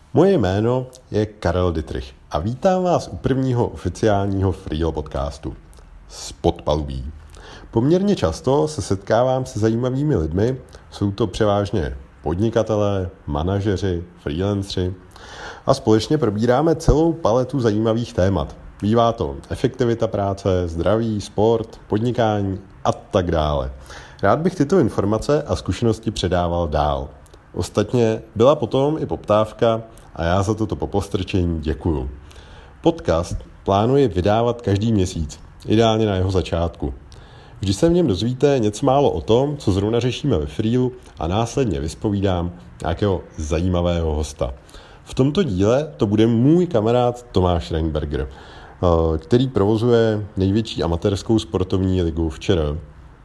Moje jméno je Karel Dittrich a vítám vás u prvního oficiálního Freelo podcastu z podpalubí. Poměrně často se setkávám se zajímavými lidmi, jsou to převážně podnikatelé, manažeři, freelanceri a společně probíráme celou paletu zajímavých témat. Bývá to efektivita práce, zdraví, sport, podnikání a tak dále. Rád bych tyto informace a zkušenosti předával dál. Ostatně byla potom i poptávka a já za toto popostrčení děkuju. Podcast plánuji vydávat každý měsíc, ideálně na jeho začátku. Vždy se v něm dozvíte něco málo o tom, co zrovna řešíme ve Freelu a následně vyspovídám nějakého zajímavého hosta. V tomto díle to bude můj kamarád Tomáš Reinberger, který provozuje největší amatérskou sportovní ligu v ČR.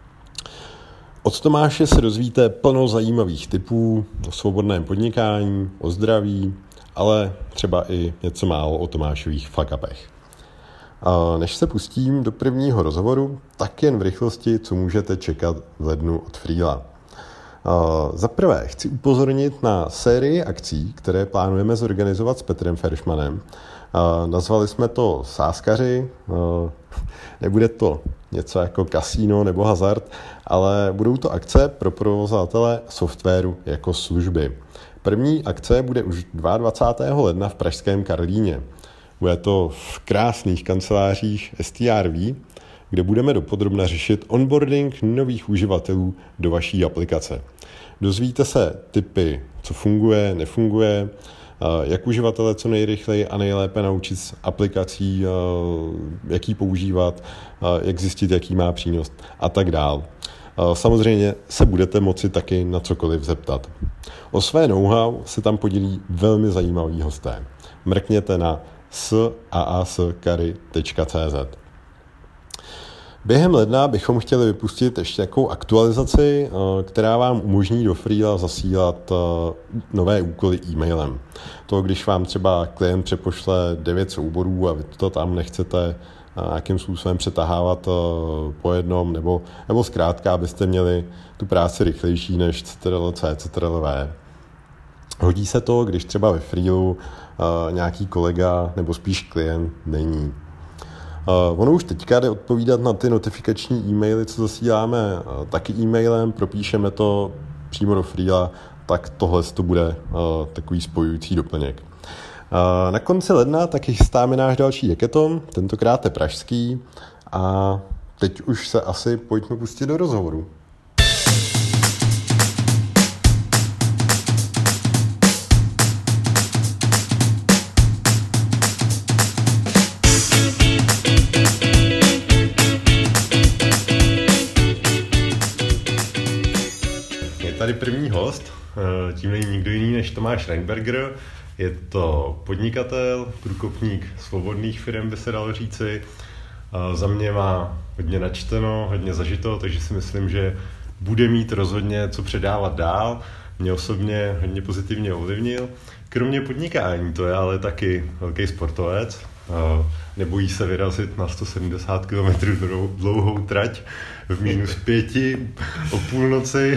Od Tomáše se dozvíte plno zajímavých tipů o svobodném podnikání, o zdraví, ale třeba i něco málo o Tomášových fuck-upech. Než se pustím do prvního rozhovoru, tak jen v rychlosti, co můžete čekat v lednu od Freela. Za prvé chci upozornit na sérii akcí, které plánujeme zorganizovat s Petrem Feršmanem. Nazvali jsme to Sázkaři, nebude to něco jako kasíno nebo hazard, ale budou to akce pro provozovatele softwaru jako služby. První akce bude už 22. ledna v pražském Karlíně. Bude to v krásných kancelářích STRV, kde budeme dopodrobna řešit onboarding nových uživatelů do vaší aplikace. Dozvíte se tipy, co funguje, nefunguje, jak uživatele co nejrychleji a nejlépe naučit z aplikací, jak ji používat, jak zjistit, jaký má přínos a tak dál. Samozřejmě se budete moci taky na cokoliv zeptat. O své know-how se tam podělí velmi zajímaví hosté. Mrkněte na saaskary.cz. Během ledna bychom chtěli vypustit ještě takovou aktualizaci, která vám umožní do Freela zasílat nové úkoly e-mailem. To, když vám třeba klient přepošle 9 souborů a vy to tam nechcete nějakým způsobem přetahávat po jednom, nebo zkrátka, abyste měli tu práci rychlejší než Ctrl-C, Ctrl-V. Hodí se to, když třeba ve Freelu nějaký kolega nebo spíš klient není. Ono už teďka jde odpovídat na ty notifikační e-maily, co zasíláme taky e-mailem, propíšeme to přímo do Freela, tak tohle to bude takový spojující doplněk. Na konci ledna taky chystáme náš další hackathon, tentokrát je pražský a teď už se asi pojďme pustit do rozhovoru. Tady první host, tím není nikdo jiný než Tomáš Reinberger. Je to podnikatel, průkopník svobodných firem, by se dalo říci. Za mě má hodně načteno, hodně zažito, takže si myslím, že bude mít rozhodně co předávat dál. Mě osobně hodně pozitivně ovlivnil. Kromě podnikání, to je ale taky velký sportovec. Nebojí se vyrazit na 170 km dlouhou trať v -5 o půlnoci.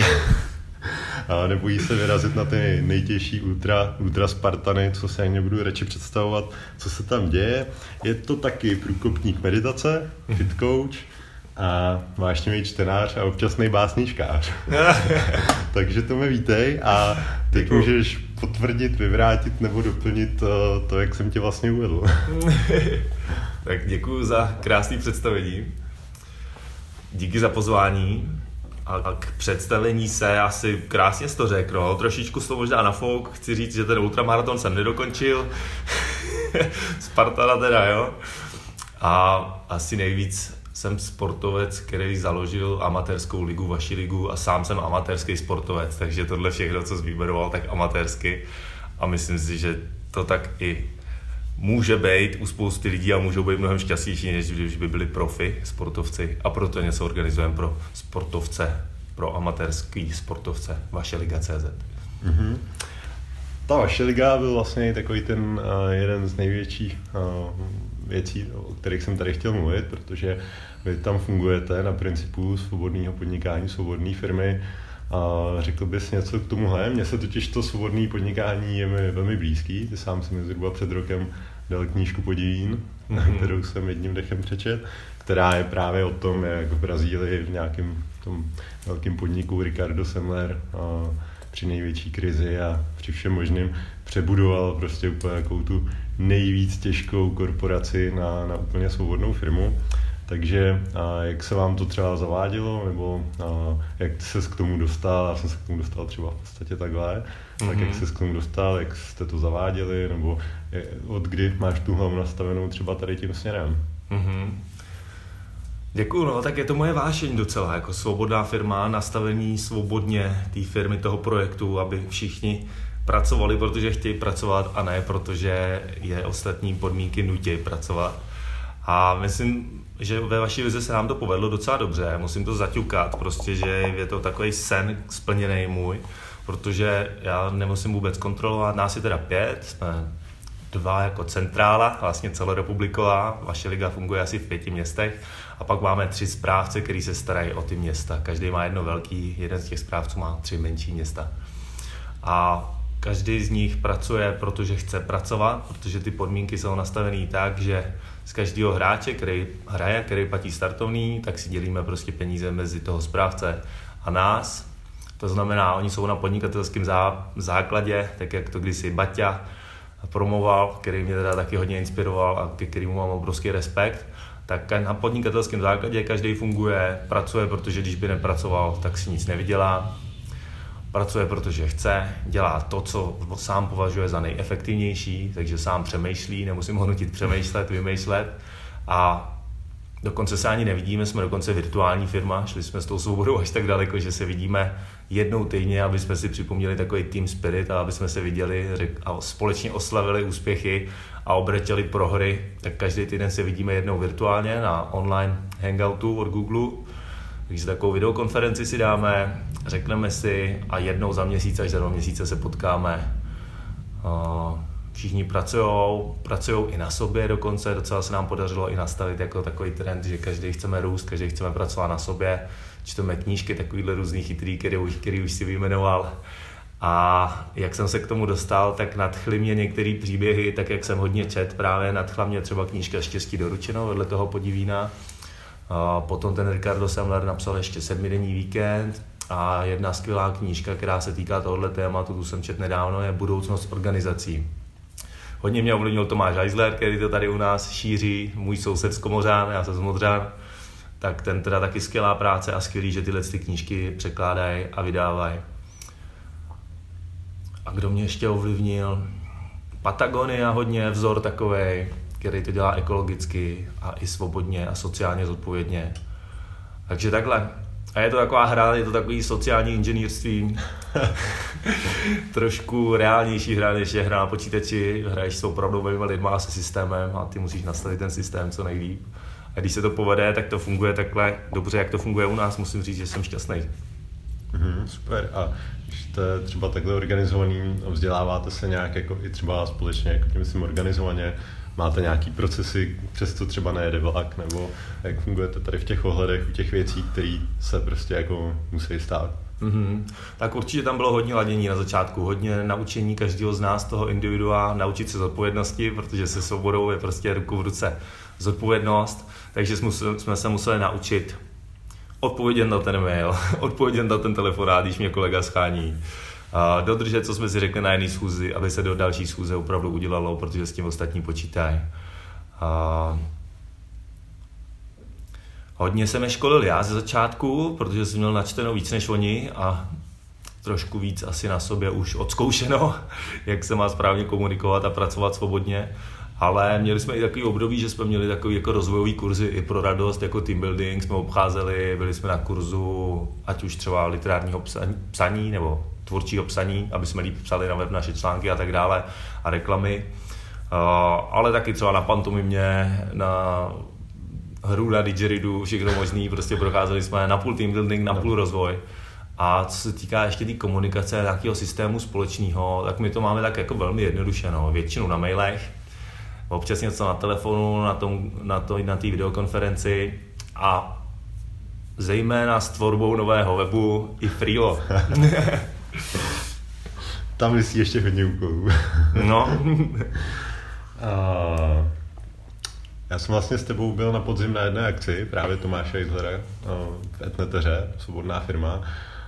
A nebojí se vyrazit na ty nejtěžší ultra Spartany, co se ani nebudu radši představovat, co se tam děje. Je to taky průkopník meditace, fit coach a vášnivý čtenář a občasný básníčkář. Takže to mě vítej a teď můžeš potvrdit, vyvrátit nebo doplnit to, jak jsem tě vlastně uvedl. Tak děkuji za krásné představení. Díky za pozvání. A k představení se asi krásně jsi to řekl, no. Trošičku to možná nafouk, chci říct, že ten ultramaraton jsem nedokončil, Spartana teda, jo. A asi nejvíc jsem sportovec, který založil amatérskou ligu, vaši ligu a sám jsem amatérský sportovec, takže tohle všechno, co jsi vyjmenoval, tak amatérsky a myslím si, že to tak i může být u spousty lidí a můžou být mnohem šťastnější, než když by byli profi sportovci a proto něco organizujeme pro sportovce, pro amatérský sportovce, vaše liga.cz. Mm-hmm. Ta vaše liga byl vlastně takový ten jeden z největších věcí, o kterých jsem tady chtěl mluvit, protože vy tam fungujete na principu svobodného podnikání, svobodné firmy. A řekl bys něco k tomuhle? Mně se totiž to svobodné podnikání je mi velmi blízký. Ty sám si mi zhruba před rokem dal knížku Podivín, kterou jsem jedním dechem přečet, která je právě o tom, jak v Brazílii v nějakém tom velkém podniku Ricardo Semler při největší krizi a při všem možným přebudoval prostě úplně jakou tu nejvíc těžkou korporaci na úplně svobodnou firmu. Takže jak se vám to třeba zavádělo, nebo jak jsi se k tomu dostal? Já jsem se k tomu dostal třeba v podstatě takhle. Tak jak jsi se k tomu dostal, jak jste to zaváděli, nebo od kdy máš tu hlavu nastavenou třeba tady tím směrem? Děkuju, no tak je to moje vášeň docela, jako svobodná firma, nastavení svobodně té firmy, toho projektu, aby všichni pracovali, protože chtějí pracovat a ne protože je ostatní podmínky nutí pracovat. A myslím, že ve vaší vizi se nám to povedlo docela dobře, musím to zaťukat, prostě, že je to takový sen splněný můj, protože já nemusím vůbec kontrolovat, nás je teda 5, jsme 2 jako centrála, vlastně celorepubliková, vaše liga funguje asi v 5 městech a pak máme 3 správce, kteří se starají o ty města, každý má jedno velký, jeden z těch správců má 3 menší města. A každý z nich pracuje, protože chce pracovat, protože ty podmínky jsou nastavený tak, že z každého hráče, který hraje, který platí startovný, tak si dělíme prostě peníze mezi toho správce a nás. To znamená, oni jsou na podnikatelském základě, tak jak to kdysi Baťa promoval, který mě teda taky hodně inspiroval a ke kterému mám obrovský respekt. Tak na podnikatelském základě každý funguje, pracuje, protože když by nepracoval, tak si nic nevydělá. Pracuje, protože chce, dělá to, co sám považuje za nejefektivnější, takže sám přemýšlí, nemusím ho nutit přemýšlet, vymýšlet. A dokonce se ani nevidíme, jsme dokonce virtuální firma, šli jsme s tou svobodou až tak daleko, že se vidíme jednou týdně, aby jsme si připomněli takový team spirit a aby jsme se viděli a společně oslavili úspěchy a obratili prohry. Tak každý týden se vidíme jednou virtuálně na online hangoutu od Google. Takže takovou videokonferenci si dáme, řekneme si a jednou za měsíc až za 2 měsíce se potkáme. Všichni pracují i na sobě dokonce, docela se nám podařilo i nastavit jako takový trend, že každý chceme růst, každý chceme pracovat na sobě. Čteme knížky, takovýhle různý chytrý, který už si vyjmenoval. A jak jsem se k tomu dostal, tak nadchly mě některé příběhy, tak jak jsem hodně čet, právě nadchla mě třeba knížka Štěstí doručeno vedle toho Podivína. Potom ten Ricardo Semler napsal ještě 7denní víkend a jedna skvělá knížka, která se týká tohoto tématu, tu jsem čet nedávno, je Budoucnost organizací. Hodně mě ovlivnil Tomáš Heisler, který to tady u nás šíří, můj soused z Komořán, já jsem z Modřan, tak ten teda taky skvělá práce a skvělý, že tyhle knížky překládají a vydávají. A kdo mě ještě ovlivnil? Patagonia hodně, vzor takovej, který to dělá ekologicky a i svobodně a sociálně zodpovědně. Takže takhle. A je to taková hra, je to takový sociální inženýrství. Trošku reálnější hra, než je hra na počítači. Hraješ s opravdovými lidma a se systémem a ty musíš nastavit ten systém co nejlíp. A když se to povede, tak to funguje takhle dobře, jak to funguje u nás. Musím říct, že jsem šťastný. Super. A když jste třeba takhle organizovaný, vzděláváte se nějak jako i třeba společně, jako tím myslím organizovaně, máte nějaký procesy, přesto třeba nejede vlak, nebo jak fungujete tady v těch ohledech, u těch věcí, které se prostě jako musí stát? Tak určitě tam bylo hodně ladění na začátku, hodně naučení každého z nás toho individua, naučit se zodpovědnosti, protože se svobodou je prostě ruku v ruce zodpovědnost, takže jsme se museli naučit odpovědět na ten mail, odpovědět na ten telefonát, když mě kolega schání, dodržet, co jsme si řekli na jedné schůzi, aby se do další schůze opravdu udělalo, protože s tím ostatní počítají. Hodně jsem je školil já ze začátku, protože jsem měl načteno víc než oni a trošku víc asi na sobě už odzkoušeno, jak se má správně komunikovat a pracovat svobodně. Ale měli jsme i takový období, že jsme měli takový jako rozvojový kurzy i pro radost, jako team building jsme obcházeli, byli jsme na kurzu, ať už třeba literárního psaní nebo tvůrčího psaní, aby jsme líp psali na web naše články a tak dále a reklamy. Ale taky třeba na pantomimě, na hru na didgeridu, všechno možný, prostě procházeli jsme na půl team building, na půl rozvoj. A co se týká ještě té komunikace nějakého systému společného, tak my to máme tak jako velmi jednoduše, no. Většinu na mailech, občas něco na telefonu, na té videokonferenci a zejména s tvorbou nového webu i Freelo. Tam vysí ještě hodně úkolů. No. Já jsem vlastně s tebou byl na podzim na jedné akci, právě Tomáše Eislera v Etneteře, svobodná firma.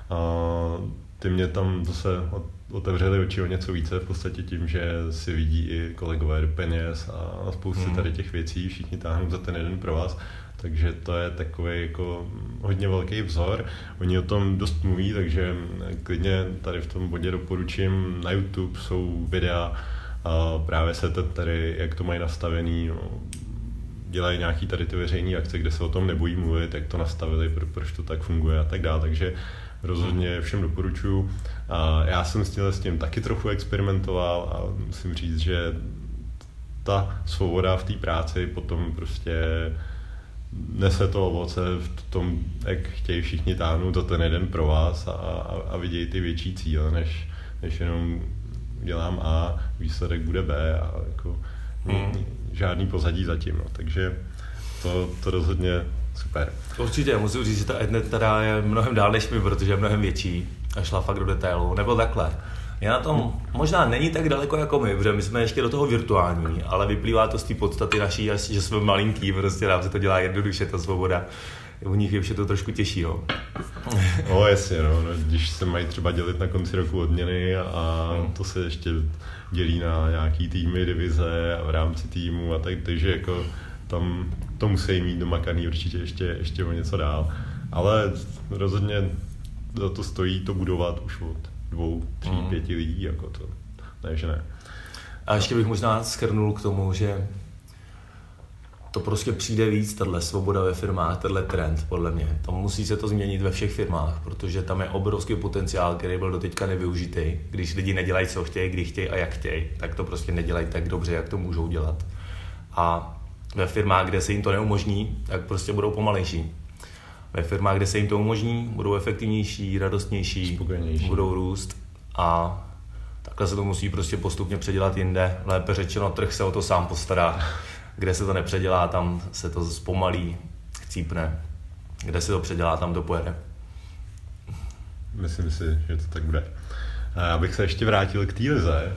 Ty mě tam zase otevřeli oči o něco více, v podstatě tím, že si vidí i kolegové do peněz a spousty tady těch věcí, všichni táhnou za ten jeden pro vás. Takže to je takový jako hodně velký vzor. Oni o tom dost mluví, takže klidně tady v tom bodě doporučím. Na YouTube jsou videa, právě se tady, jak to mají nastavený, no, dělají nějaký tady ty veřejné akce, kde se o tom nebojí mluvit, jak to nastavili, proč to tak funguje a tak dále. Takže rozhodně všem doporučuji. Já jsem s tím taky trochu experimentoval a musím říct, že ta svoboda v té práci potom prostě nese to ovoce v tom, jak chtějí všichni táhnout za ten jeden pro vás a vidějí ty větší cíle, než jenom dělám A, výsledek bude B a jako žádný pozadí zatím. No. Takže to rozhodně super. Určitě, musím říct, že ta Ednet teda je mnohem dál než my, protože je mnohem větší a šla fakt do detailu, nebo takhle. Já na tom možná není tak daleko jako my, protože my jsme ještě do toho virtuální, ale vyplývá to z té podstaty naší, že jsme malinký, prostě nám se to dělá jednoduše, ta svoboda. U nich je to trošku těžší, jo. No jasně, no, když se mají třeba dělit na konci roku odměny a to se ještě dělí na nějaký týmy, divize a v rámci týmu a tak, takže jako tam to musí mít domakaný určitě ještě o něco dál. Ale rozhodně za to stojí to budovat už od 2, 3, 5 lidí, jako to, ne, že ne. A ještě bych možná shrnul k tomu, že to prostě přijde víc, tahle svoboda ve firmách, tenhle trend, podle mě. To musí se to změnit ve všech firmách, protože tam je obrovský potenciál, který byl doteďka nevyužitý. Když lidi nedělají, co chtějí, kdy chtějí a jak chtějí, tak to prostě nedělají tak dobře, jak to můžou dělat. A ve firmách, kde se jim to neumožní, tak prostě budou pomalejší. Ve firmách, kde se jim to umožní, budou efektivnější, radostnější, spokojenější, budou růst a takhle se to musí prostě postupně předělat jinde. Lépe řečeno, trh se o to sám postará. Kde se to nepředělá, tam se to zpomalí, chcípne. Kde se to předělá, tam to pojede. Myslím si, že to tak bude. Já bych se ještě vrátil k té lize.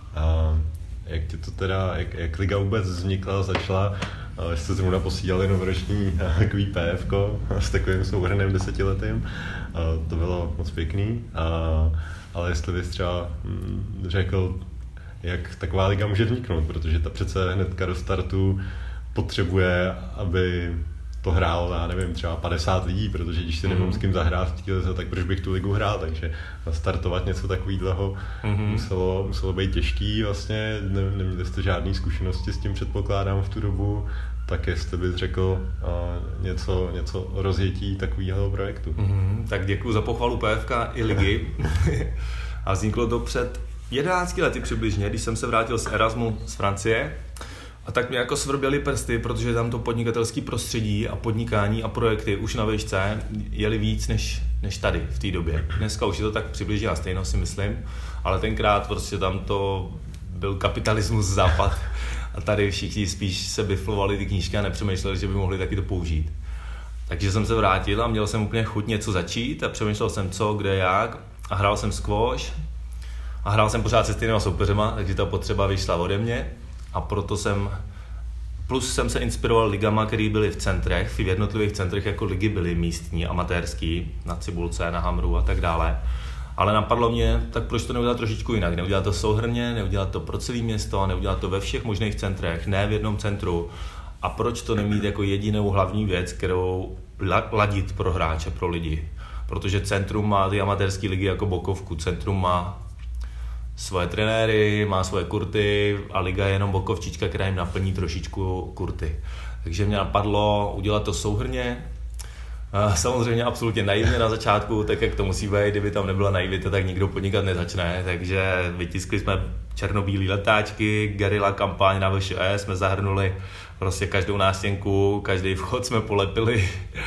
Jak ti to teda, jak liga vůbec vznikla, začala, jste zrovna posílali novoroční takový PFko s takovým souhrnem 10letým. To bylo moc pěkný. Ale jestli bys třeba řekl, jak taková liga může vzniknout, protože ta přece hnedka do startu potřebuje, aby to hrálo, já nevím, třeba 50 lidí, protože když si nemám s kým zahrát v té lize, tak proč bych tu ligu hrál, takže nastartovat něco takového muselo být těžký, vlastně neměli jste žádné zkušenosti s tím, předpokládám, v tu dobu, tak jestli bys řekl něco o rozjetí takového projektu. Tak děkuji za pochvalu PFK i ligy. A vzniklo to před 11 lety přibližně, když jsem se vrátil z Erasmu z Francie. A tak mě jako svrběly prsty, protože tam to podnikatelské prostředí a podnikání a projekty už na výšce jeli víc než tady v té době. Dneska už je to tak přibližně na stejno, si myslím, ale tenkrát prostě tam to byl kapitalismus západ a tady všichni spíš se biflovali ty knížky a nepřemýšleli, že by mohli taky to použít. Takže jsem se vrátil a měl jsem úplně chuť něco začít a přemýšlel jsem co, kde, jak a hrál jsem squash a hrál jsem pořád se stejnýma soupeřema, takže ta potřeba vyšla ode mě. A proto jsem se inspiroval ligama, které byly v centrech, v jednotlivých centrech jako ligy byly místní, amatérský, na Cibulce, na Hamru a tak dále. Ale napadlo mě, tak proč to neudělat trošičku jinak, neudělat to souhrnně, neudělat to pro celé město, neudělat to ve všech možných centrech, ne v jednom centru. A proč to nemít jako jedinou hlavní věc, kterou ladit pro hráče, pro lidi. Protože centrum má ty amatérské ligy jako bokovku, centrum má svoje trenéry, má svoje kurty a liga je jenom bokovčička, která jim naplní trošičku kurty. Takže mě napadlo udělat to souhrnně. Samozřejmě absolutně naivně na začátku, tak jak to musí být, kdyby tam nebyla naivita, tak nikdo podnikat nezačne. Takže vytiskli jsme černobílý letáčky, gerila kampaň na VŠE, jsme zahrnuli prostě každou nástěnku, každý vchod jsme polepili.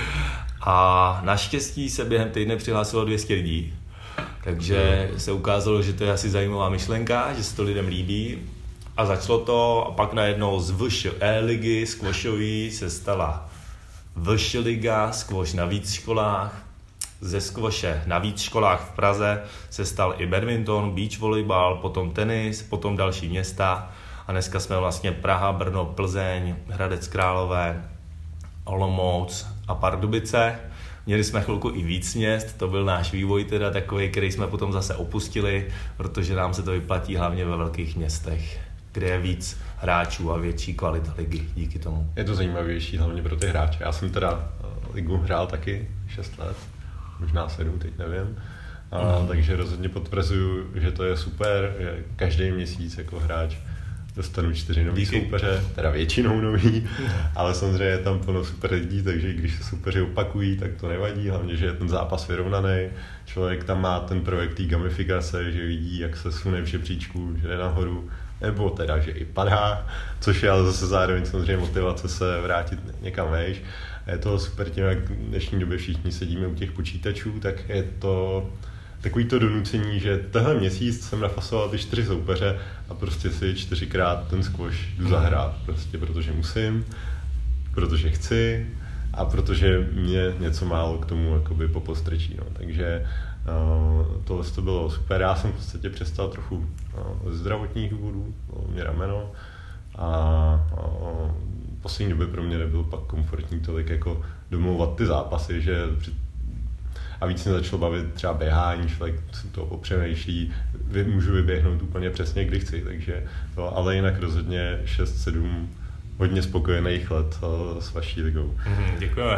A naštěstí se během týdne přihlásilo 200 lidí. Takže se ukázalo, že to je asi zajímavá myšlenka, že se to lidem líbí. A začalo to a pak najednou z VŠE ligy squashový se stala VŠ liga, squash na víc školách. Ze squashe na víc školách v Praze se stal i badminton, beach volejbal, potom tenis, potom další města. A dneska jsme vlastně Praha, Brno, Plzeň, Hradec Králové, Olomouc a Pardubice. Měli jsme chvilku i víc měst, to byl náš vývoj teda takový, který jsme potom zase opustili, protože nám se to vyplatí hlavně ve velkých městech, kde je víc hráčů a větší kvalita ligy díky tomu. Je to zajímavější hlavně pro ty hráče. Já jsem teda ligu hrál taky 6 let, možná 7, teď nevím. Takže rozhodně potvrzuju, že to je super, že každý měsíc jako hráč dostanu 4 nový soupeře, teda většinou nový, ale samozřejmě je tam plno super lidí, takže když se soupeři opakují, tak to nevadí, hlavně, že je ten zápas vyrovnaný. Člověk tam má ten prvek té gamifikace, že vidí, jak se sune v žebříčku, že jde nahoru, nebo teda, že i padá, což je ale zase zároveň samozřejmě motivace se vrátit někam vejš. Je to super tím, jak v dnešní době všichni sedíme u těch počítačů, tak je to takový to donucení, že tenhle měsíc jsem nafasoval ty 4 soupeře a prostě si 4krát ten squash jdu zahrát, prostě protože musím, protože chci a protože mě něco málo k tomu jakoby popostrčí, no. Takže tohle to bylo super. Já jsem v podstatě přestal trochu ze zdravotních důvodů, mě rameno a v poslední době pro mě nebylo pak komfortní tolik jako domlouvat ty zápasy, že a víc mě začalo bavit třeba běhání, člověk si to popřemýšlí, můžu vyběhnout úplně přesně, kdy chci, takže to, ale jinak rozhodně 6-7 hodně spokojených let s vaší ligou. Děkujeme.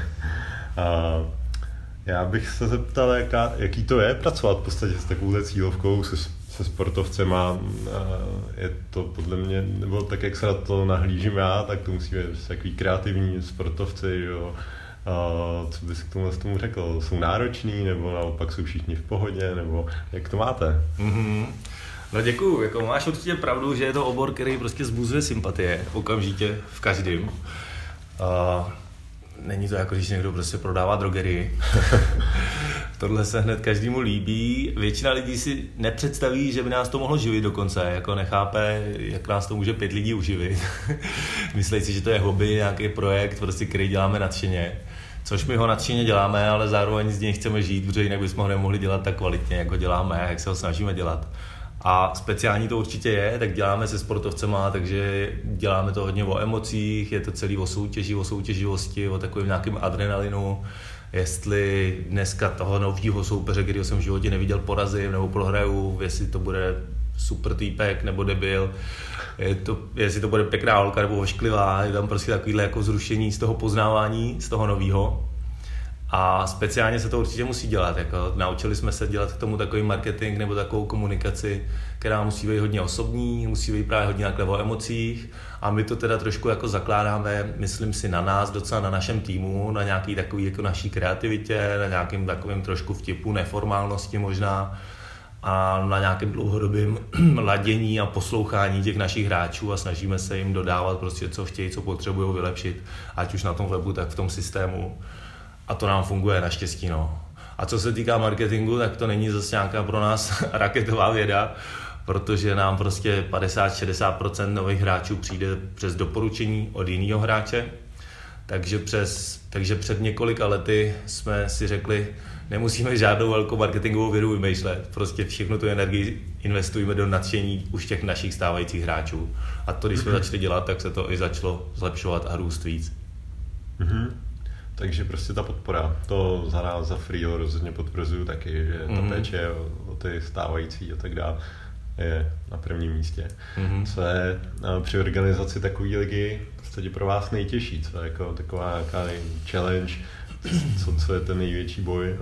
Já bych se zeptal, jaký to je pracovat v podstatě s takovouhle cílovkou, se sportovcema. Je to podle mě, nebo tak, jak se na to nahlížím já, tak to musí být takový kreativní sportovci, jo. Co bys k tomu řekl? Jsou nároční, nebo naopak jsou všichni v pohodě, nebo jak to máte? No děkuju, jako máš určitě pravdu, že je to obor, který prostě zbuzuje sympatie okamžitě v každém. Není to jako, když někdo prostě prodává drogerii. Tohle se hned každému líbí. Většina lidí si nepředstaví, že by nás to mohlo živit dokonce, jako nechápe, jak nás to může 5 lidí uživit. Myslí si, že to je hobby, nějaký projekt, prostě, který děláme nadšeně. Což my ho nadšeně děláme, ale zároveň z něj chceme žít, protože jinak bychom ho nemohli dělat tak kvalitně, jak ho děláme a jak se ho snažíme dělat. A speciální to určitě je, tak děláme se sportovcema, takže děláme to hodně o emocích, je to celý o soutěži, o soutěživosti, o takovém nějakém adrenalinu. Jestli dneska toho nového soupeře, kterého jsem v životě neviděl, porazím nebo prohraju, jestli to bude super týpek nebo debil, jestli to bude pěkná holka nebo ošklivá, je tam prostě takovýhle jako zrušení z toho poznávání, z toho nového. A speciálně se to určitě musí dělat, jako naučili jsme se dělat k tomu takový marketing nebo takovou komunikaci, která musí být hodně osobní, musí být právě hodně takhle o emocích a my to teda trošku jako zakládáme, myslím si, na nás, docela na našem týmu, na nějaký takový jako naší kreativitě, na nějakým takovým trošku vtipu, neformálnosti možná a na nějakém dlouhodobém ladění a poslouchání těch našich hráčů a snažíme se jim dodávat prostě, co chtějí, co potřebují vylepšit, ať už na tom webu, tak v tom systému. A to nám funguje naštěstí, no. A co se týká marketingu, tak to není zase nějaká pro nás raketová věda, protože nám prostě 50-60% nových hráčů přijde přes doporučení od jiného hráče. Takže před několika lety jsme si řekli, nemusíme žádnou velkou marketingovou vědu vymýšlet, prostě všechno tu energii investujeme do nadšení už těch našich stávajících hráčů. A to, když jsme začali dělat, tak se to i začalo zlepšovat a růst víc. Takže prostě ta podpora, to za nás, za Freelo rozhodně potvrzuju taky, že ta péče o ty stávající a tak dále je na prvním místě. Co je při organizaci takové ligy v podstatě pro vás nejtěžší? Co je jako taková challenge? Co je ten největší boj?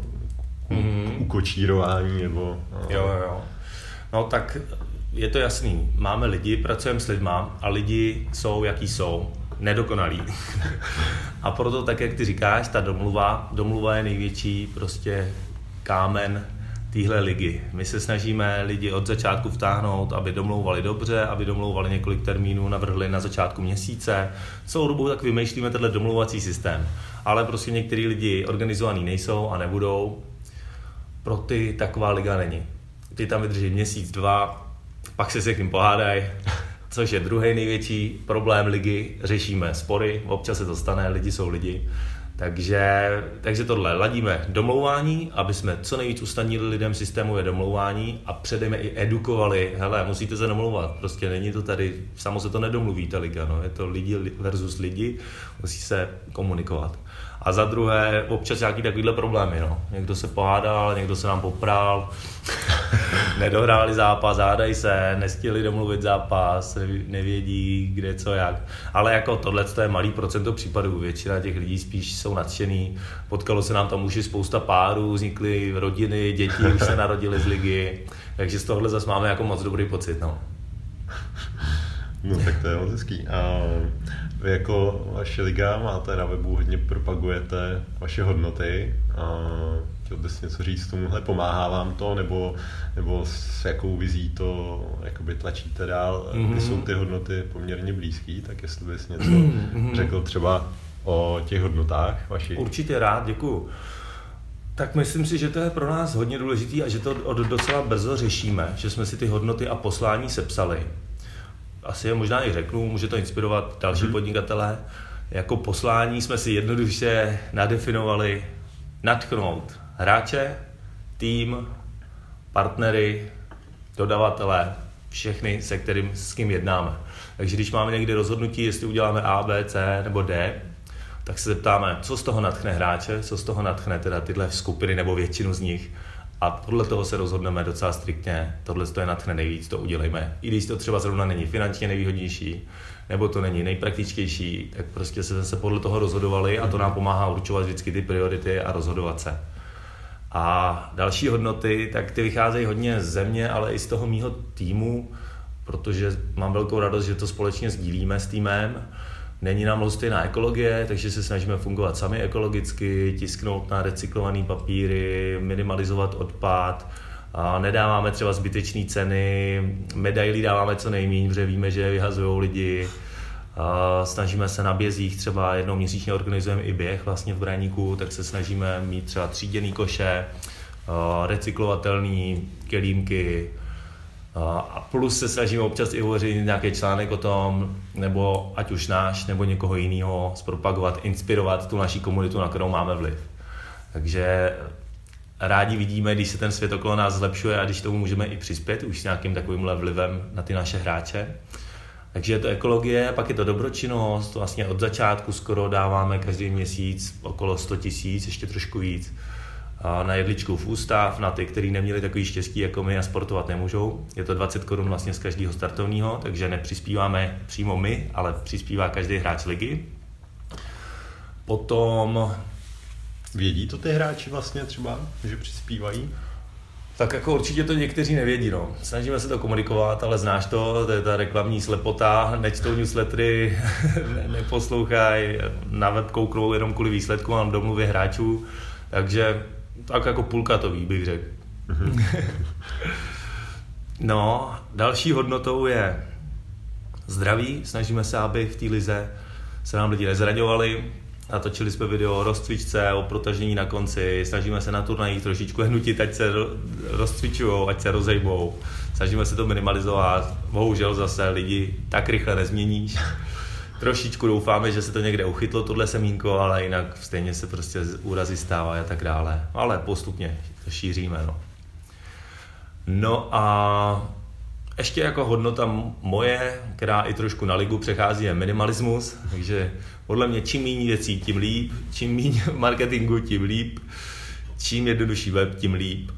Ukočírování nebo... Jo. No tak je to jasný. Máme lidi, pracujeme s lidma a lidi jsou, jaký jsou. Nedokonalý. A proto, tak jak ty říkáš, ta domluva je největší prostě kámen téhle ligy. My se snažíme lidi od začátku vtáhnout, aby domlouvali dobře, aby domlouvali několik termínů, navrhli na začátku měsíce. Celou dobu tak vymýšlíme tenhle domlouvací systém. Ale prostě některý lidi organizovaný nejsou a nebudou. Pro ty taková liga není. Ty tam vydrží měsíc, 2, pak se s někým pohádají což je druhý největší problém ligy, řešíme spory, občas se to stane, lidi jsou lidi. Takže tohle ladíme domlouvání, aby jsme co nejvíc usnadnili lidem systémové domlouvání a předem i edukovali, hele, musíte se domlouvat, prostě není to tady, samo se to nedomluví ta liga, no, je to lidi versus lidi, musí se komunikovat. A za druhé, občas nějaký takovýhle problémy, no. Někdo se pohádal, někdo se nám popral, nedohráli zápas, hádají se, nestihli domluvit zápas, nevědí kde, co, jak. Ale jako tohle je malý procento případů, většina těch lidí spíš jsou nadšený. Potkalo se nám tam už i spousta párů, vznikly rodiny, děti už se narodily z ligy, takže z tohohle zase máme jako moc dobrý pocit, no. No tak to je moc hezký. A vy jako vaše liga máte na webu, hodně propagujete vaše hodnoty. A chtěl bys něco říct tomuhle? Pomáhá vám to? Nebo s jakou vizí to jakoby tlačíte dál? Kdy jsou ty hodnoty poměrně blízký, tak jestli bys něco řekl třeba o těch hodnotách vašich? Určitě rád, děkuju. Tak myslím si, že to je pro nás hodně důležitý a že to od docela brzo řešíme, že jsme si ty hodnoty a poslání sepsali. Asi je možná i řeknu, může to inspirovat další podnikatele. Jako poslání jsme si jednoduše nadefinovali nadchnout hráče, tým, partnery, dodavatele, všechny, s kým jednáme. Takže když máme někdy rozhodnutí, jestli uděláme A, B, C nebo D, tak se zeptáme, co z toho nadchne hráče, co z toho nadchne teda tyhle skupiny nebo většinu z nich. A podle toho se rozhodneme docela striktně, tohle je nadchne nejvíc, to udělejme. I když to třeba zrovna není finančně nejvýhodnější, nebo to není nejpraktičtější, tak prostě se zase podle toho rozhodovali a to nám pomáhá určovat vždycky ty priority a rozhodovat se. A další hodnoty, tak ty vycházejí hodně ze mě, ale i z toho mýho týmu, protože mám velkou radost, že to společně sdílíme s týmem. Není nám lhostejná ekologie, takže se snažíme fungovat sami ekologicky, tisknout na recyklované papíry, minimalizovat odpad. A nedáváme třeba zbytečné ceny, medailí dáváme co nejméně, protože víme, že vyhazují lidi. A snažíme se na bězích, třeba jednou měsíčně organizujeme i běh vlastně v Braníku, tak se snažíme mít třeba tříděný koše, recyklovatelné kelímky, a plus se snažíme občas i hovořit nějaký článek o tom, nebo ať už náš, nebo někoho jiného, zpropagovat, inspirovat tu naší komunitu, na kterou máme vliv. Takže rádi vidíme, když se ten svět okolo nás zlepšuje a když tomu můžeme i přispět už s nějakým takovýmhle vlivem na ty naše hráče. Takže je to ekologie, pak je to dobročinnost, vlastně od začátku skoro dáváme každý měsíc okolo 100 000, ještě trošku víc, na jedličku v ústav, na ty, kteří neměli takový štěstí jako my a sportovat nemůžou. Je to 20 korun vlastně z každého startovního, takže nepřispíváme přímo my, ale přispívá každý hráč ligy. Potom... Vědí to ty hráči vlastně třeba, že přispívají? Tak jako určitě to někteří nevědí, no. Snažíme se to komunikovat, ale znáš to je ta reklamní slepota, nečtou newslettery, neposlouchají, na web kouknou jenom kvůli výsledku, mám domluvě hráčů, takže tak jako půlka to ví, bych řekl. No, další hodnotou je zdraví. Snažíme se, aby v té lize se nám lidi nezraňovali. Natočili jsme video o rozcvičce, o protažení na konci. Snažíme se na turnajích trošičku hnutit, ať se rozcvičujou, ať se rozejmou. Snažíme se to minimalizovat. Bohužel zase lidi tak rychle nezměníš. Trošičku doufáme, že se to někde uchytlo, tohle semínko, ale jinak stejně se prostě úrazy stávají a tak dále. Ale postupně to šíříme, no. No a ještě jako hodnota moje, která i trošku na ligu přechází, je minimalismus. Takže podle mě čím méně věcí, tím líp. Čím méně marketingu, tím líp. Čím jednodušší web, tím líp.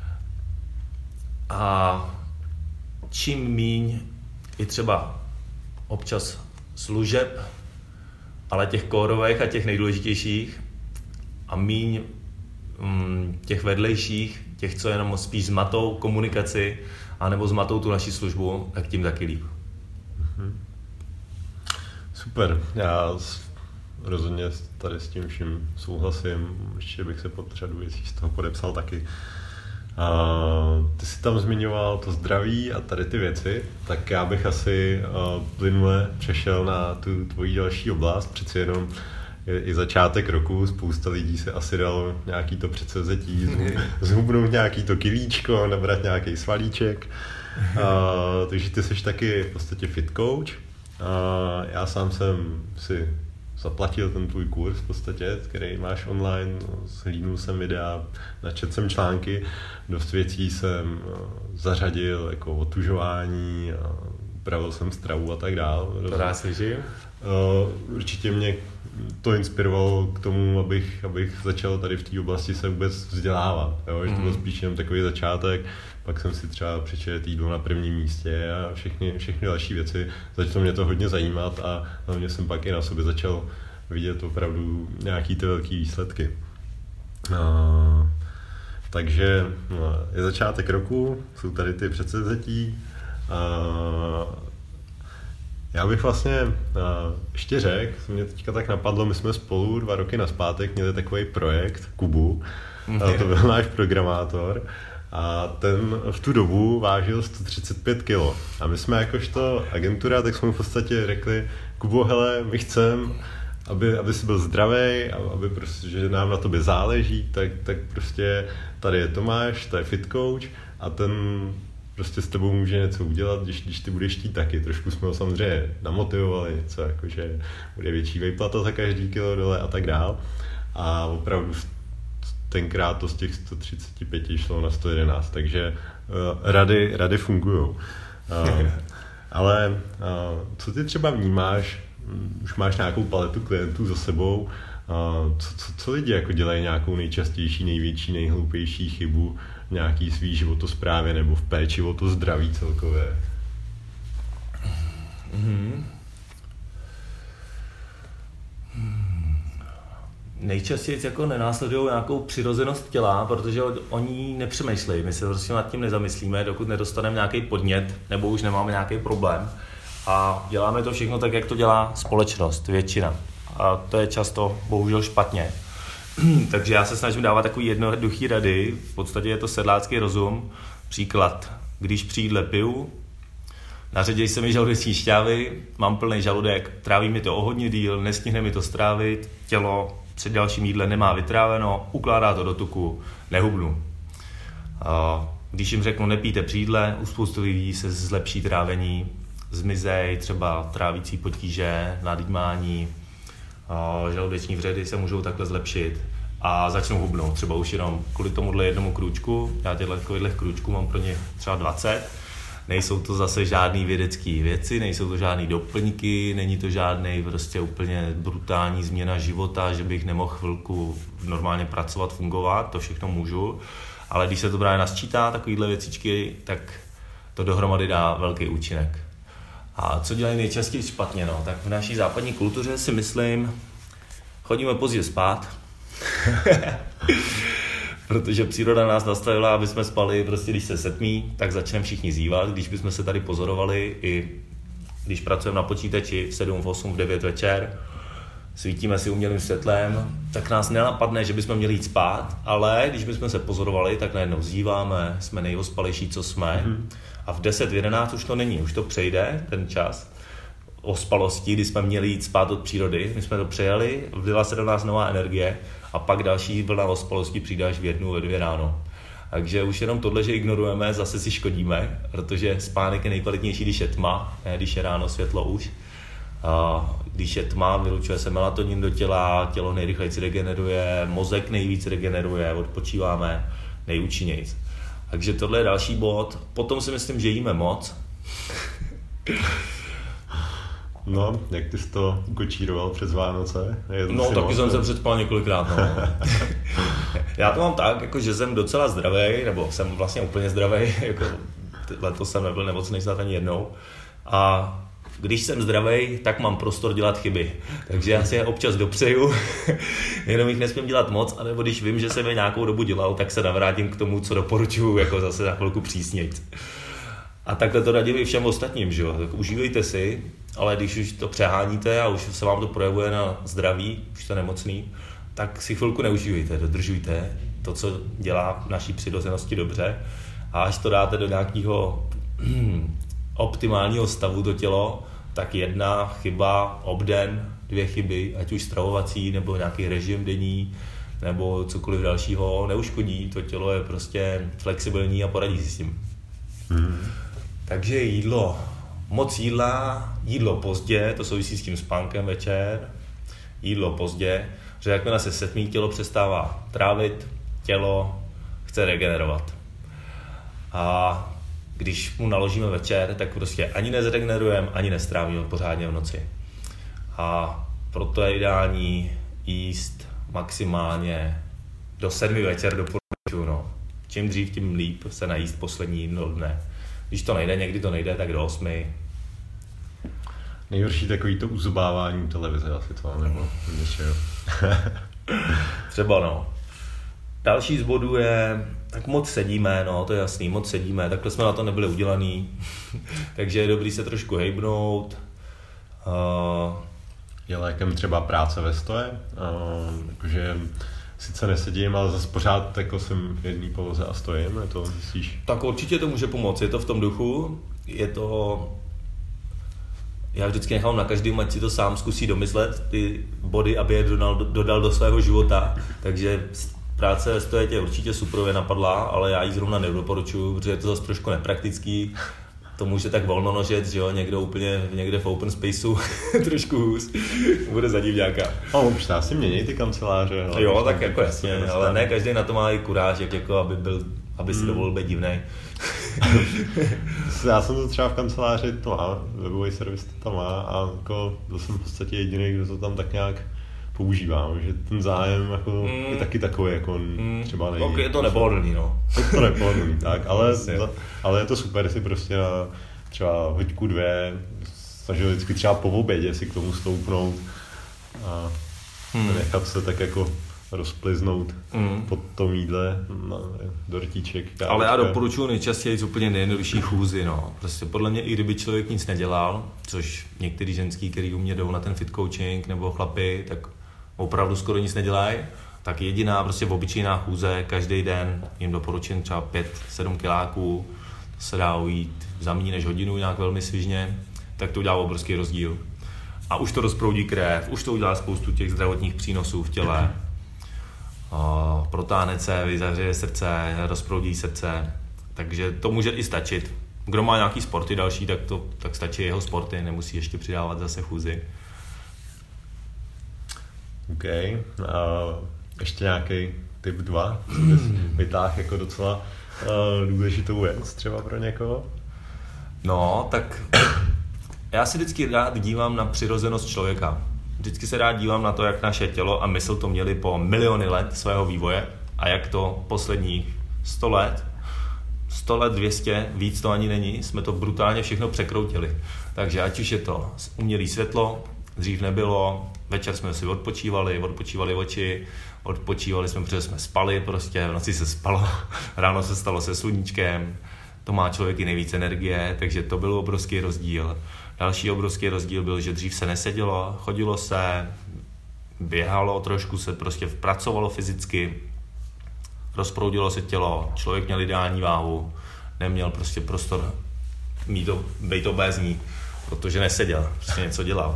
A čím míň i třeba občas služeb, ale těch kórových a těch nejdůležitějších a míň těch vedlejších, těch, co jenom spíš zmatou komunikaci anebo zmatou tu naši službu, tak tím taky líp. Super, já rozhodně tady s tím vším souhlasím, ještě bych se pod řadu věcí z toho podepsal taky. Ty jsi tam zmiňoval to zdraví a tady ty věci, tak já bych asi plynule přešel na tu tvoji další oblast, přeci jenom je i začátek roku, spousta lidí se asi dalo nějaký to předsevzetí, zhubnout nějaký to kilíčko, nabrat nějaký svalíček. Takže ty jsi taky v podstatě fit coach. Já sám jsem si zaplatil ten tvůj kurz v podstatě, který máš online, zhlídnul jsem videa, načetl jsem články, dost věcí jsem zařadil, jako otužování, upravil jsem stravu a tak dál. To rád slyším. Určitě mě to inspirovalo k tomu, abych začal tady v té oblasti se vůbec vzdělávat. Jo? Že to byl spíš jenom takový začátek, pak jsem si třeba přečetl jídlo na prvním místě a všechny další věci. Začalo mě to hodně zajímat a hlavně jsem pak i na sobě začal vidět opravdu nějaký ty velký výsledky. Takže je začátek roku, jsou tady ty předsevzetí. Já bych vlastně ještě řekl, mě teďka tak napadlo, my jsme spolu 2 roky nazpátek měli takový projekt Kubu, to byl náš programátor a ten v tu dobu vážil 135 kg. A my jsme jakožto agentura, tak jsme mu v podstatě řekli, Kubo, hele, my chceme, aby jsi byl zdravý, aby prostě, že nám na tobě záleží, tak prostě tady je Tomáš, to je fit coach a ten prostě s tebou může něco udělat, když ty budeš chtít taky. Trošku jsme ho samozřejmě namotivovali, něco jakože bude větší výplata za každý kilo dole a tak dál. A opravdu tenkrát to z těch 135 šlo na 111, takže rady fungujou. Ale co ty třeba vnímáš, už máš nějakou paletu klientů za sebou, co lidi jako dělají nějakou nejčastější, největší, nejhloupější chybu v nějaký svý životosprávě nebo v péči o to zdraví celkově? Nejčastěji jako nenásledují nějakou přirozenost těla, protože oni nepřemýšlejí. My se prostě nad tím nezamyslíme, dokud nedostaneme nějaký podnět nebo už nemáme nějaký problém. A děláme to všechno tak, jak to dělá společnost, většina. A to je často bohužel špatně. Takže já se snažím dávat takový jednoduchý rady. V podstatě je to sedlácký rozum. Příklad, když při jídle piju, naředěj se mi žaludeční šťávy, mám plný žaludek, tráví mi to o hodně díl, nestihne mi to strávit, tělo před dalším jídlem nemá vytráveno, ukládá to do tuku, nehubnu. Když jim řeknu nepijte při jídle, u spoustu lidí se zlepší trávení, zmizej třeba trávící potíže, nadýmání, žaludeční vředy se můžou takhle zlepšit a začnou hubnout, třeba už jenom kvůli tomuhle jednomu krůčku. Já těchto krůčků mám pro ně třeba 20. Nejsou to zase žádný vědecké věci, nejsou to žádný doplňky, není to žádný prostě úplně brutální změna života, že bych nemohl chvilku normálně pracovat, fungovat, to všechno můžu, ale když se to právě nasčítá, takovýhle věcičky, tak to dohromady dá velký účinek. A co dělají nejčastěji špatně, no? Tak v naší západní kultuře si myslím, chodíme pozdě spát, protože příroda nás nastavila, aby jsme spali prostě, když se setmí, tak začneme všichni zívat. Když bychom se tady pozorovali, i když pracujeme na počítači v 7, v 8, v 9 večer, svítíme si umělým světlem, tak nás nenapadne, že bychom měli jít spát, ale když bychom se pozorovali, tak najednou zíváme, jsme nejospalejší, co jsme. A v 10, v 11 už to není, už to přejde, ten čas ospalosti, kdy jsme měli jít spát od přírody. My jsme to přejali, vlila se do nás nová energie a pak další vlna ospalosti přijde až v 1, ve 2 ráno. Takže už jenom tohle, že ignorujeme, zase si škodíme, protože spánek je nejkvalitnější, když je tma, ne když je ráno světlo už. A když je tma, vylučuje se melatonin do těla, tělo nejrychleji regeneruje, mozek nejvíc regeneruje, odpočíváme nejúčinněji. Takže tohle je další bod. Potom si myslím, že jíme moc. No, jak ty jsi to ukočíroval přes Vánoce? No, taky jsem se předspal několikrát, no. Já to mám tak, jako, že jsem docela zdravý, nebo jsem vlastně úplně zdravý, jako letos jsem nebyl nemocný snad ani jednou. A když jsem zdravý, tak mám prostor dělat chyby. Takže já si je občas dopřeju, jenom jich nesmím dělat moc, anebo když vím, že jsem je nějakou dobu dělal, tak se navrátím k tomu, co doporučuju, jako zase za chvilku přísnějc. A takhle to radím i všem ostatním, že jo. Tak užívejte si, ale když už to přeháníte a už se vám to projevuje na zdraví, už jste nemocný, tak si chvilku neužívejte, dodržujte to, co dělá v naší přirozenosti dobře a až to dáte do nějakého optimálního stavu do tělo, tak 1 chyba obden, 2 chyby, ať už stravovací nebo nějaký režim denní nebo cokoliv dalšího neuškodí, to tělo je prostě flexibilní a poradí si s tím. Takže jídlo, moc jídlo pozdě, to souvisí s tím spánkem večer, jídlo pozdě, že jakmile se setmí, tělo přestává trávit, tělo chce regenerovat. A když mu naložíme večer, tak prostě ani nezregenerujeme, ani nestrávíme pořádně v noci. A proto je ideální jíst maximálně do 7 večer doporučuji. No. Čím dřív, tím líp se najíst poslední jídlo dne. Když to nejde, někdy to nejde, tak do 8. Nejhorší takový to uzobávání televize asi to, nebo něčeho. Třeba no. Další z bodů je, tak moc sedíme, no to je jasný, moc sedíme, takhle jsme na to nebyli udělaný, takže je dobrý se trošku hejbnout. Je lékem třeba práce ve stoje, jakože sice nesedím, ale zase pořád jako jsem v jedné poloze a stojím, je to myslíš? Tak určitě to může pomoct, je to v tom duchu, je to... Já vždycky nechám na každém, ať si to sám zkusí domyslet, ty body, aby je dodal do svého života, takže práce ve stoje tě určitě suprově napadla, ale já ji zrovna nedoporučuju, protože je to zase trošku nepraktický. To může tak volno nožet, že jo, někde v open spaceu trošku hůz, bude zadivňáka. No, už dá si měnit ty kanceláře. Jo, tak jako jasně, ale ne každý na to má i kuráž, jako aby si dovolil být divnej. Já jsem to třeba v kanceláři, to má, webový servis to tam má a jako to jsem v podstatě jediný, kdo to tam tak nějak používám, že ten zájem jako je taky takový, jako třeba nejde. Je to nepohodlný, no. Je to nepohodlný, tak, ale je to super si prostě na třeba hoďku 2 snažil vždycky třeba po obědě si k tomu stoupnout a nechat se tak jako rozpliznout pod tom jídle na dortíček. Kávička. Ale já doporučuji nejčastěji úplně nejjednodušší chůzi, no. Prostě podle mě, i kdyby člověk nic nedělal, což některý ženský, který u mě jdou na ten fit coaching nebo chlapi, tak opravdu skoro nic nedělají, tak jediná prostě obyčejná chůze, každý den jim doporučím třeba 5-7 kiláků, to se dá ujít za méně než hodinu nějak velmi svižně, tak to udělá obrovský rozdíl. A už to rozproudí krev, už to udělá spoustu těch zdravotních přínosů v těle. Protáhne se, vyzahřeje srdce, rozproudí srdce, takže to může i stačit. Kdo má nějaký sporty další, tak stačí jeho sporty, nemusí ještě přidávat zase chůzi. OK. Ještě nějaký tip 2, co bys vytáhl jako docela důležitou věc třeba pro někoho? No, tak já si vždycky rád dívám na přirozenost člověka. Vždycky se rád dívám na to, jak naše tělo a mysl to měli po miliony let svého vývoje a jak to posledních 100 let, 200, víc to ani není, jsme to brutálně všechno překroutili. Takže ať už je to umělé světlo, dřív nebylo, večer jsme si odpočívali oči, odpočívali jsme, protože jsme spali, prostě v noci se spalo, ráno se stalo se sluníčkem, to má člověk i nejvíc energie, takže to byl obrovský rozdíl. Další obrovský rozdíl byl, že dřív se nesedělo, chodilo se, běhalo, trošku se prostě pracovalo fyzicky, rozproudilo se tělo, člověk měl ideální váhu, neměl prostě prostor být obézní, protože neseděl, prostě něco dělal.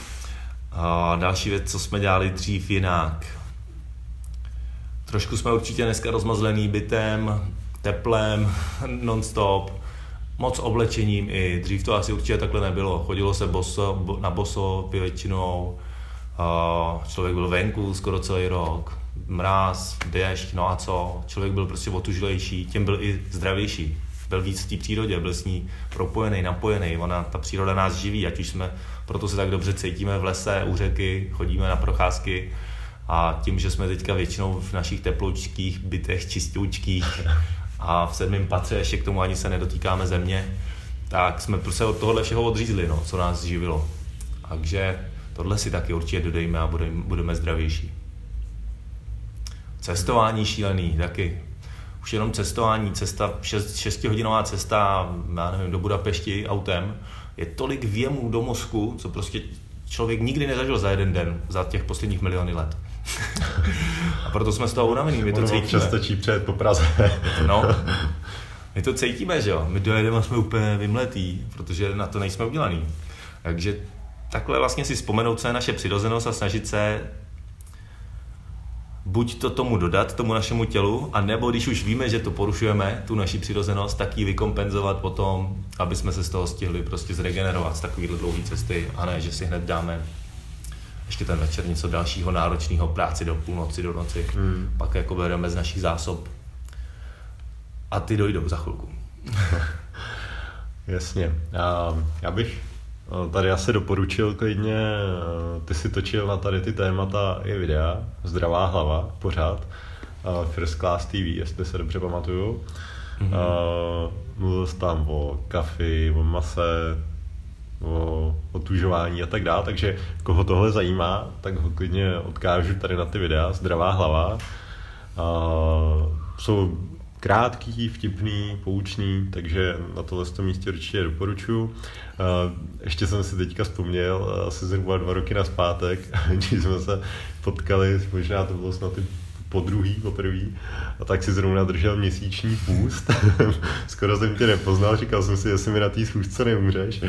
A další věc, co jsme dělali dřív jinak. Trošku jsme určitě dneska rozmazlený bytem, teplem, non-stop, moc oblečením i. Dřív to asi určitě takhle nebylo. Chodilo se na boso většinou, člověk byl venku skoro celý rok, mráz, déšť, no a co. Člověk byl prostě otužilejší, tím byl i zdravější. Byl víc v té přírodě, byl s ní propojený, napojený. Ta příroda nás živí, ať už jsme, proto se tak dobře cítíme v lese, u řeky, chodíme na procházky. A tím, že jsme teďka většinou v našich teploučkých bytech, čistoučkých a v 7. patře ještě k tomu ani se nedotýkáme země, tak jsme prostě od tohohle všeho odřízli, no, co nás živilo. Takže tohle si taky určitě dodejme a budeme zdravější. Cestování šílený taky. Už jenom cestování, 6hodinová cesta, já nevím, do Budapešti autem, je tolik věmů do mozku, co prostě člověk nikdy nezažil za jeden den, za těch posledních miliony let. A proto jsme z toho unavený, my to cítíme. Občas stačí přejet po Praze. No, my to cítíme, že jo, my dojedeme a jsme úplně vymletí, protože na to nejsme udělaný. Takže takhle vlastně si vzpomenout, co je naše přirozenost a snažit se buď to tomu dodat, tomu našemu tělu, a nebo když už víme, že to porušujeme, tu naši přirozenost, tak ji vykompenzovat potom, aby jsme se z toho stihli prostě zregenerovat z takovýhle dlouhé cesty, a ne, že si hned dáme ještě ten večer něco dalšího náročného, práci do půlnoci, do noci, pak jako bereme z našich zásob a ty dojdou za chvilku. Jasně. Já bych tady asi doporučil klidně, ty si točil na tady ty témata i videa, Zdravá hlava, pořád, First Class TV, jestli se dobře pamatuju. Mluvil jsi tam o kafi, o mase, o otužování a tak dále, takže koho tohle zajímá, tak ho klidně odkážu tady na ty videa, Zdravá hlava. Jsou krátký, vtipný, poučný, takže na tohle místě určitě doporučuji. Ještě jsem si teďka vzpomněl, asi zhruba 2 roky nazpátek, když jsme se potkali, možná to bylo snad poprvé, a tak si zrovna držel měsíční půst. Skoro jsem tě nepoznal, říkal jsem si, jestli mi na té schůzce neumřeš.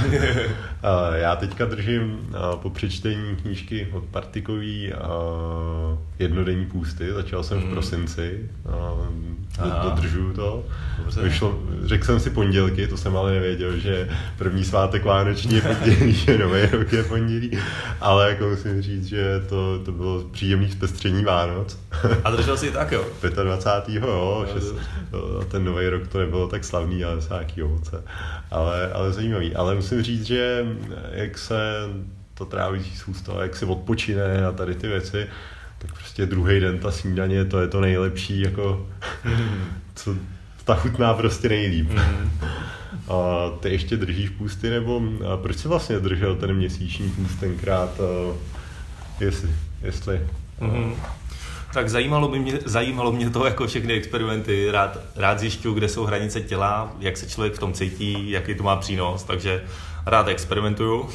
Já teďka držím po přečtení knížky od Partikový jednodenní půsty, začal jsem v prosinci, dodržuju to. Vyšlo, řekl jsem si pondělky, to jsem ale nevěděl, že první svátek vánoční je pondělí, že nový rok je pondělí, ale jako musím říct, že to bylo příjemný zpestření Vánoc. A držel si tak, jo? 25. jo, ten nový rok to nebylo tak slavný, ale nějaký ovoce, ale zajímavý. Ale musím říct, že jak se to tráví z ústa, jak se odpočine a tady ty věci, tak prostě druhý den ta snídaně, to je to nejlepší, jako co ta chutná prostě nejlíp. A ty ještě držíš půsty, nebo proč jsi vlastně držel ten měsíční půst tenkrát, jestli? Tak zajímalo mě to jako všechny experimenty, rád zjišťuju, kde jsou hranice těla, jak se člověk v tom cítí, jaký to má přínos, takže rád experimentuju.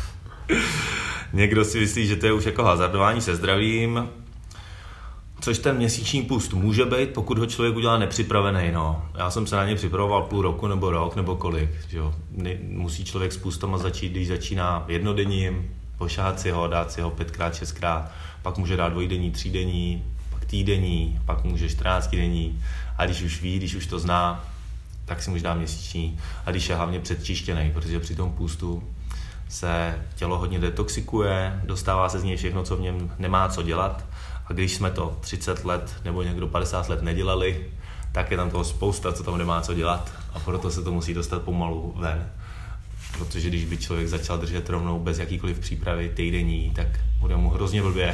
Někdo si myslí, že to je už jako hazardování se zdravím, což ten měsíční půst může být, pokud ho člověk udělá nepřipravený. No. Já jsem se na ně připravoval půl roku nebo rok nebo kolik. Že jo. Musí člověk s půstama začít, když začíná jednodenním, pošahat si ho, dát si ho 5x, 6x, pak může dát dvojdenní, 3denní, pak týdenní, pak může 14denní, a když už ví, když už to zná, tak si může dát měsíční, a když je hlavně předčištěný, protože při tom půstu se tělo hodně detoxikuje, dostává se z něj všechno, co v něm nemá co dělat, a když jsme to 30 let nebo někdo 50 let nedělali, tak je tam toho spousta, co tam nemá co dělat, a proto se to musí dostat pomalu ven. Protože když by člověk začal držet rovnou bez jakýkoliv přípravy týdenní, tak bude mu hrozně blbě.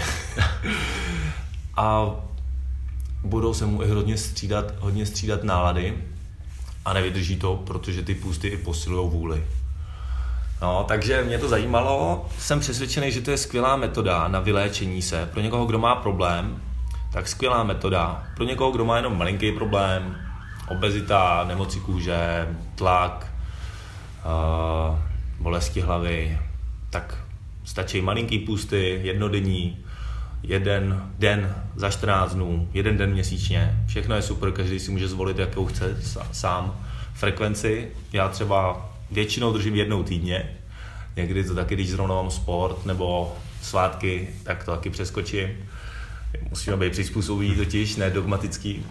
A budou se mu i hodně střídat nálady a nevydrží to, protože ty půsty i posilujou vůli. No, takže mě to zajímalo. Jsem přesvědčený, že to je skvělá metoda na vyléčení se. Pro někoho, kdo má problém, tak skvělá metoda. Pro někoho, kdo má jenom malinký problém, obezita, nemoci kůže, tlak, bolesti hlavy, tak stačí malinký půsty, jednodenní, 1 den za 14 dnů, 1 den měsíčně. Všechno je super, každý si může zvolit, jakou chce sám frekvenci. Já třeba většinou držím 1 týdně, někdy to taky, když zrovna mám sport nebo svátky, tak to taky přeskočím. Musíme být přizpůsobiví totiž, ne dogmatický.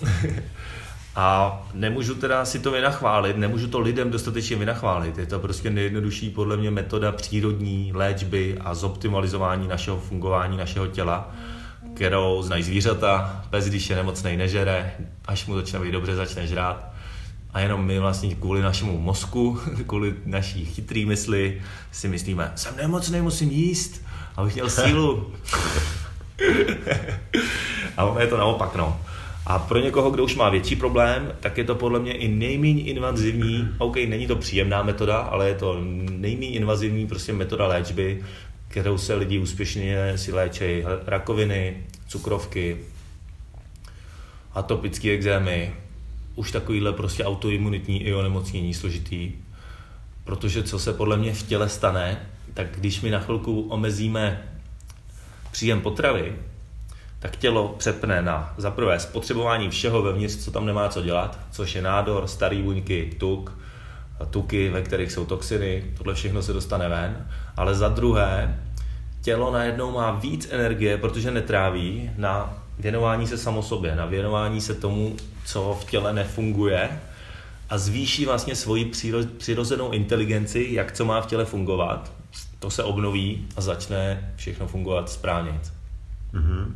A nemůžu teda si to vynachválit, nemůžu to lidem dostatečně vynachválit. Je to prostě nejjednodušší podle mě metoda přírodní léčby a zoptimalizování našeho fungování, našeho těla, kterou znají zvířata. Pes, když je nemocnej, nežere, až mu začne být dobře, začne žrát. A jenom my vlastně kvůli našemu mozku, kvůli naší chytrý mysli si myslíme, jsem nemocnej, musím jíst, abych měl sílu. A ono je to naopak, no. A pro někoho, kdo už má větší problém, tak je to podle mě i nejméně invazivní, OK, není to příjemná metoda, ale je to nejméně invazivní prostě metoda léčby, kterou se lidi úspěšně si léčí rakoviny, cukrovky, atopické ekzémy, už takovýhle prostě autoimunitní i onemocnění složitý. Protože co se podle mě v těle stane, tak když my na chvilku omezíme příjem potravy, tak tělo přepne na zaprvé spotřebování všeho vevnitř, co tam nemá co dělat, což je nádor, starý buňky, tuky, ve kterých jsou toxiny, tohle všechno se dostane ven, ale za druhé tělo najednou má víc energie, protože netráví na věnování se samo sobě, na věnování se tomu, co v těle nefunguje a zvýší vlastně svoji přirozenou inteligenci, jak co má v těle fungovat. To se obnoví a začne všechno fungovat správně. Mm-hmm.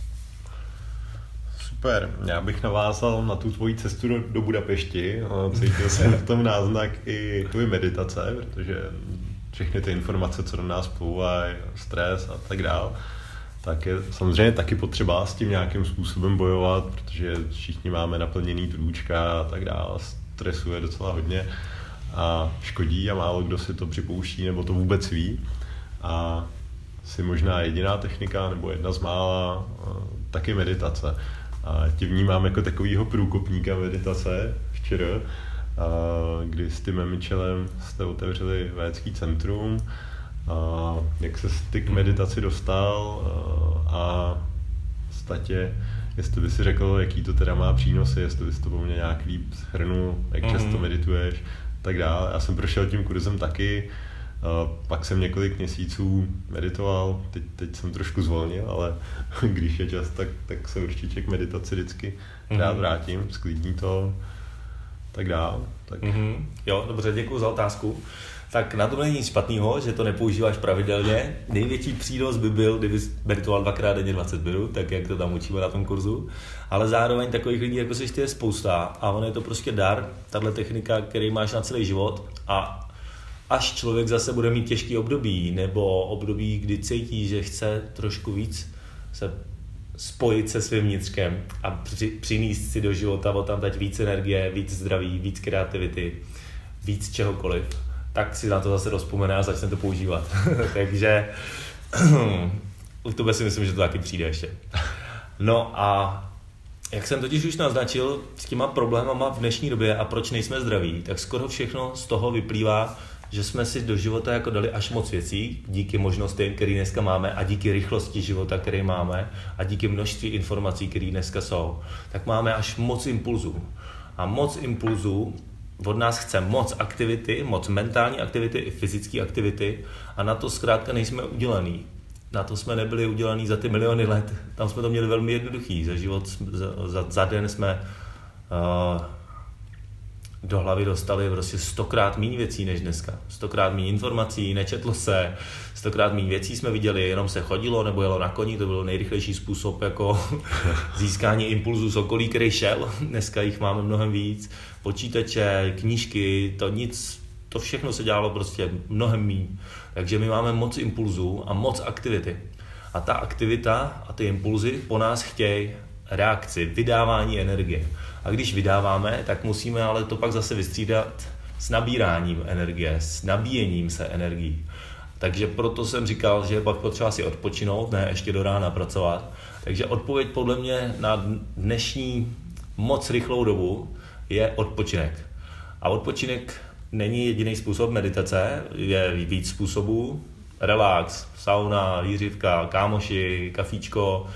Super. Já bych navázal na tu tvoji cestu do Budapešti. Cítil jsem v tom náznak i tvoje meditace, protože všechny ty informace, co do nás plouvají, stres a tak dál, tak je samozřejmě taky potřeba s tím nějakým způsobem bojovat, protože všichni máme naplněný trůčka a tak dál. Stresuje docela hodně a škodí a málo kdo si to připouští nebo to vůbec ví. A si možná jediná technika nebo jedna z mála taky meditace. A tě vnímám jako takovýho průkopníka meditace včera, kdy s Timem Mitchellem jste otevřeli védský centrum. Jak se ty k meditaci dostal a v statě, jestli by si řekl, jaký to teda má přínosy, jestli bys to po mně nějak líp shrnul, jak často medituješ, tak dále. Já jsem prošel tím kurzem taky, pak jsem několik měsíců meditoval, teď jsem trošku zvolnil, ale když je čas, tak se určitě k meditaci vždycky rád vrátím, sklidní to, tak dál. Tak. Jo, dobře, děkuji za otázku. Tak na tom není nic špatného, že to nepoužíváš pravidelně. Největší přínos by byl, kdyby meditoval 2x denně 20 minut, tak jak to tam učíme na tom kurzu. Ale zároveň takových lidí jako seš ty je spousta a ono je to prostě dar, tahle technika, který máš na celý život a až člověk zase bude mít těžký období nebo období, kdy cítí, že chce trošku víc se spojit se svým vnitřkem a přinést si do života odtamtud víc energie, víc zdraví, víc kreativity, víc čehokoliv, tak si na to zase rozpomene a začne to používat. Takže u tebe si myslím, že to taky přijde ještě. No a jak jsem totiž už naznačil s těma problémama v dnešní době a proč nejsme zdraví, tak skoro všechno z toho vyplývá, že jsme si do života jako dali až moc věcí díky možnostem, které dneska máme a díky rychlosti života, který máme a díky množství informací, které dneska jsou, tak máme až moc impulzů. A moc impulzů od nás chce moc aktivity, moc mentální aktivity i fyzické aktivity a na to zkrátka nejsme udělaný. Na to jsme nebyli udělaný za ty miliony let. Tam jsme to měli velmi jednoduchý. Za život, za den jsme do hlavy dostali prostě 100krát méně věcí než dneska. 100krát méně informací, nečetlo se, 100krát méně věcí jsme viděli, jenom se chodilo nebo jelo na koni, to byl nejrychlejší způsob jako získání impulzů z okolí, který šel. Dneska jich máme mnohem víc. Počítače, knížky, to všechno se dělalo prostě mnohem méně. Takže my máme moc impulzů a moc aktivity. A ta aktivita a ty impulzy po nás chtějí reakci, vydávání energie. A když vydáváme, tak musíme ale to pak zase vystřídat s nabíráním energie, s nabíjením se energií. Takže proto jsem říkal, že je pak potřeba si odpočinout, ne ještě do rána pracovat. Takže odpověď podle mě na dnešní moc rychlou dobu je odpočinek. A odpočinek není jediný způsob meditace, je víc způsobů. Relax, sauna, výřivka, kámoši, kafíčko,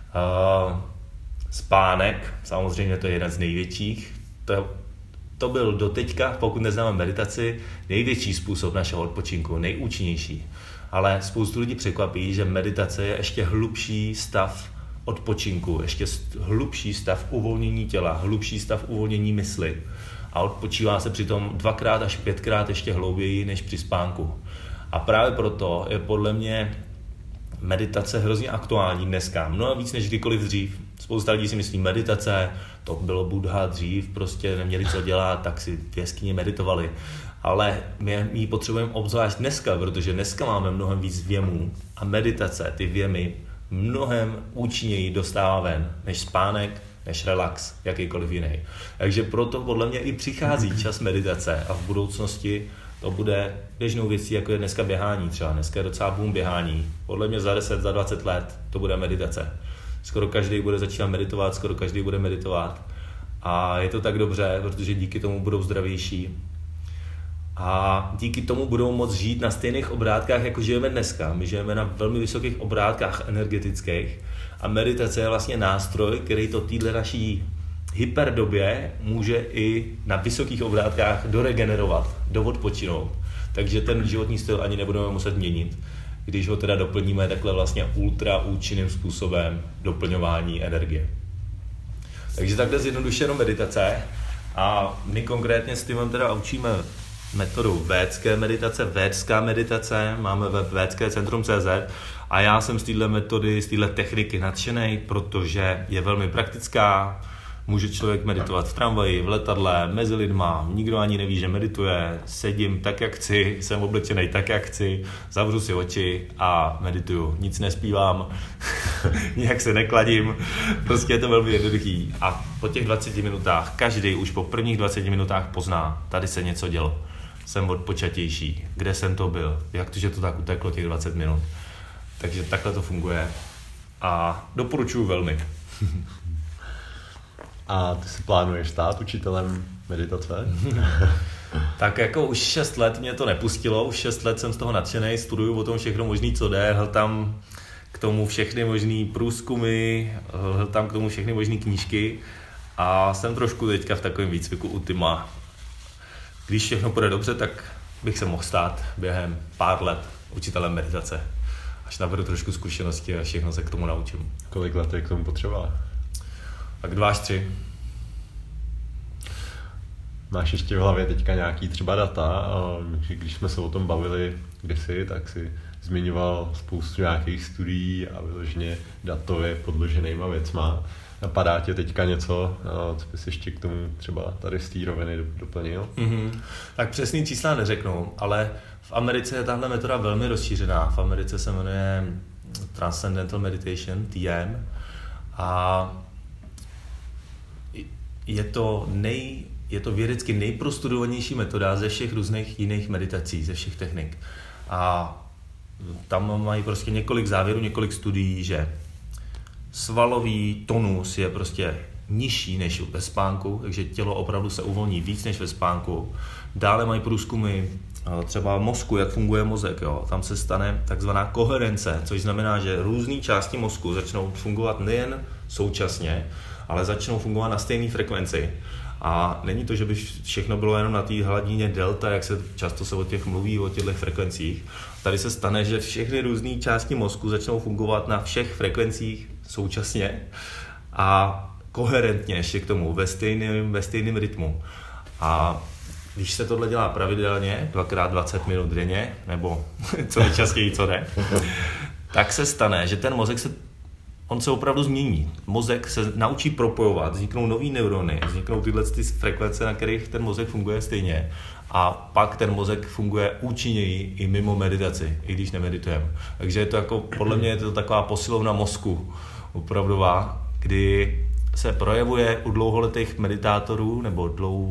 spánek, samozřejmě to je jeden z největších. To byl doteďka, pokud neznáme meditaci, největší způsob našeho odpočinku, nejúčinnější. Ale spoustu lidí překvapí, že meditace je ještě hlubší stav odpočinku, ještě hlubší stav uvolnění těla, hlubší stav uvolnění mysli. A odpočívá se přitom 2x až 5x ještě hlouběji než při spánku. A právě proto je podle mě meditace hrozně aktuální dneska, mnohem víc než kdykoliv dřív. Spousta lidí si myslí meditace, to bylo Buddha dřív, prostě neměli co dělat, tak si v jeskyni meditovali. Ale my ji potřebujeme obzvlášť dneska, protože dneska máme mnohem víc věmů a meditace, ty věmy, mnohem účinněji dostává ven než spánek, než relax, jakýkoliv jiný. Takže proto podle mě i přichází čas meditace a v budoucnosti to bude běžnou věcí, jako je dneska běhání třeba. Dneska je docela boom běhání. Podle mě za 10, za 20 let to bude meditace. Skoro každý bude začínat meditovat, skoro každý bude meditovat. A je to tak dobře, protože díky tomu budou zdravější. A díky tomu budou moct žít na stejných obrátkách, jako žijeme dneska. My žijeme na velmi vysokých obrátkách energetických a meditace je vlastně nástroj, který to téhle naší hyperdobě může i na vysokých obrátkách doregenerovat, doodpočinout. Takže ten životní styl ani nebudeme muset měnit. když ho teda doplníme takhle vlastně ultra účinným způsobem doplňování energie. Takže takhle zjednodušenou meditace a my konkrétně s týmem teda učíme metodu védské meditace, védská meditace, máme web védskecentrum.cz a já jsem z této metody, z této techniky nadšenej, protože je velmi praktická, může člověk meditovat v tramvaji, v letadle, mezi lidma, nikdo ani neví, že medituje, sedím tak, jak chci, jsem oblečený tak, jak chci, zavřu si oči a medituju, nic nespívám, nijak se nekladím, prostě je to velmi jednoduchý a po těch 20 minutách, každý už po prvních 20 minutách pozná, tady se něco dělo, jsem odpočatější, kde jsem to byl, jak to, že to tak uteklo těch 20 minut, takže takhle to funguje a doporučuji velmi. A ty si plánuješ stát učitelem meditace? Tak jako už 6 let mě to nepustilo, už 6 let jsem z toho nadšenej, studuju o tom všechno možný, co jde, tam k tomu všechny možný průzkumy, tam k tomu všechny možný knížky a jsem trošku teďka v takovém výcviku u Tima. Když všechno půjde dobře, tak bych se mohl stát během pár let učitelem meditace. Až naberu trošku zkušenosti a všechno se k tomu naučím. Kolik let je k tomu potřeba? Tak 2 až 3. Máš ještě v hlavě teďka nějaký třeba data, když jsme se o tom bavili kdysi, tak si zmiňoval spoustu nějakých studií a vyloženě datově podloženýma věcma. Napadá tě teďka něco, co bys ještě k tomu třeba tady z té roviny doplnil? Tak přesný čísla neřeknu, ale v Americe je tahle metoda velmi rozšířená. V Americe se jmenuje Transcendental Meditation, TM, a je to vědecky nejprostudovanější metoda ze všech různých jiných meditací, ze všech technik. A tam mají prostě několik závěrů, několik studií, že svalový tonus je prostě nižší než ve spánku, takže tělo opravdu se uvolní víc než ve spánku. Dále mají průzkumy třeba mozku, jak funguje mozek. Jo. Tam se stane takzvaná koherence, což znamená, že různé části mozku začnou fungovat nejen současně, ale začnou fungovat na stejné frekvenci. A není to, že by všechno bylo jenom na té hladině delta, jak se často o těch mluví, o těchto frekvencích. Tady se stane, že všechny různé části mozku začnou fungovat na všech frekvencích současně a koherentně ještě k tomu, ve stejném rytmu. A když se tohle dělá pravidelně, 2x20 minut denně, nebo co nejčastěji, co jde, tak se stane, že ten mozek on se opravdu změní. Mozek se naučí propojovat, vzniknou nový neurony, vzniknou tyhle frekvence, na kterých ten mozek funguje stejně. A pak ten mozek funguje účinněji i mimo meditaci, i když nemeditujeme. Takže je to jako, podle mě je to taková posilovna mozku opravdová, kdy se projevuje u dlouholetých meditátorů nebo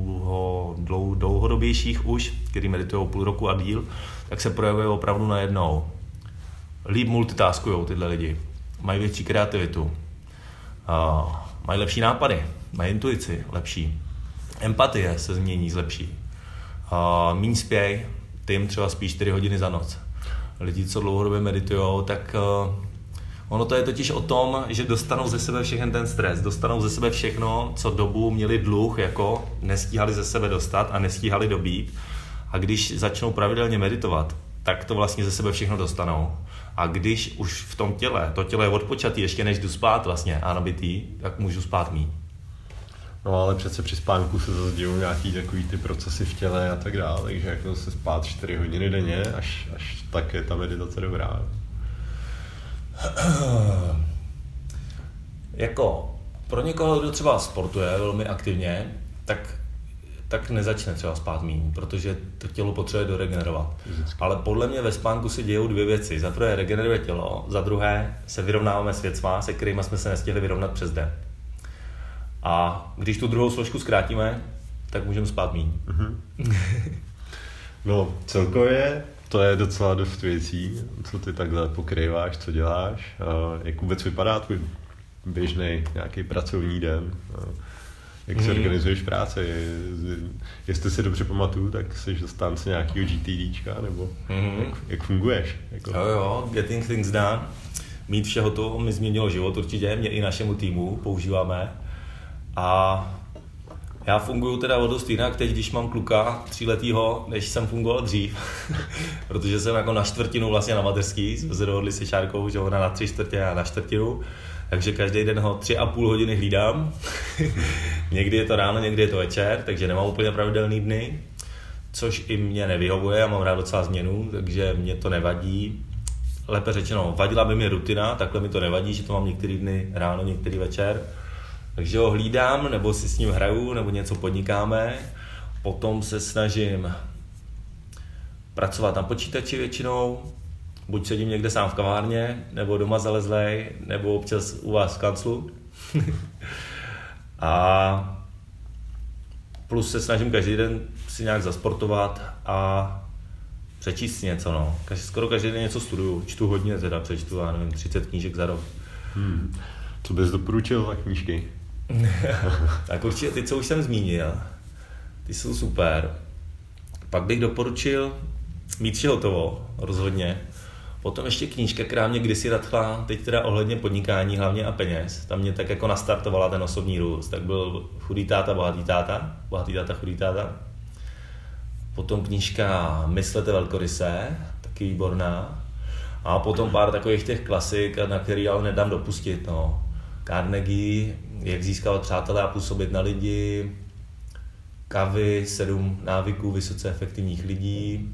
dlouhodobějších už, kteří meditují půl roku a díl, tak se projevuje opravdu najednou. Líp multitaskujou tyhle lidi. Mají větší kreativitu, mají lepší nápady, mají intuici lepší, empatie se změní, zlepší, míň spěj, tím třeba spí 4 hodiny za noc. Lidi, co dlouhodobě meditujou, tak ono to je totiž o tom, že dostanou ze sebe všechen ten stres, dostanou ze sebe všechno, co dobu měli dluh, jako nestíhali ze sebe dostat a nestíhali dobít. A když začnou pravidelně meditovat, tak to vlastně ze sebe všechno dostanou. A když už v tom těle, to tělo je odpočatý ještě než jdu spát vlastně a nabitý, tak můžu spát míň. No ale přece při spánku se zase dějou nějaký takový ty procesy v těle a tak dále, takže jako se spát 4 hodiny denně, až tak je ta meditace dobrá. Jako pro někoho, kdo třeba sportuje velmi aktivně, tak nezačne třeba spát míň, protože to tělo potřebuje doregenerovat. Ale podle mě ve spánku se dějou 2 věci. Za prvé regeneruje tělo, za druhé se vyrovnáváme s věcma, se kterými jsme se nestihli vyrovnat přes den. A když tu druhou složku zkrátíme, tak můžeme spát míň. No celkově to je docela dost věcí, co ty takhle pokrýváš, co děláš. Jak vůbec vypadá tvůj běžný nějaký pracovní den? Jak se organizuješ práci? Jestli si dobře pamatuju, tak jsi zastánce nějakého GTDčka, nebo jak funguješ? Jako... Jo, getting things done. Mít všeho to mi změnilo život určitě, mě i našemu týmu používáme. A Já funguju teda o dost jinak teď, když mám kluka 3letýho, než jsem fungoval dřív, protože jsem jako na čtvrtinu vlastně na mateřský, jsme se dohodli se Šárkou, že ona na 3/4 a na čtvrtinu, takže každý den ho 3,5 hodiny hlídám. Někdy je to ráno, někdy je to večer, takže nemám úplně pravidelný dny, což i mě nevyhovuje, já mám rád docela změnu, takže mě to nevadí. Lépe řečeno, vadila by mi rutina, takhle mi to nevadí, že to mám některý dny ráno, některý večer. Takže ho hlídám, nebo si s ním hraju, nebo něco podnikáme. Potom se snažím pracovat na počítači většinou. Buď sedím někde sám v kavárně, nebo doma zalezlej, nebo občas u vás v kanclu. A plus se snažím každý den si nějak zasportovat a přečíst si něco. No. Skoro každý den něco studuju. Čtu hodně, teda přečtu, já nevím, 30 knížek za rok. Co bys doporučil za knížky? Tak určitě ty, co už jsem zmínil, ty jsou super. Pak bych doporučil Mít vše hotovo, rozhodně. Potom ještě knížka, která mě kdysi nadchla, teď teda ohledně podnikání hlavně a peněz. Tam mě tak jako nastartovala ten osobní růst. Tak byl Chudý táta, bohatý táta, bohatý táta, chudý táta. Potom knížka Myslete velkoryse, taky výborná. A potom pár takových těch klasik, na který ale nedám dopustit. No. Carnegie, Jak získávat přátelé a působit na lidi, Covey, 7 návyků vysoce efektivních lidí.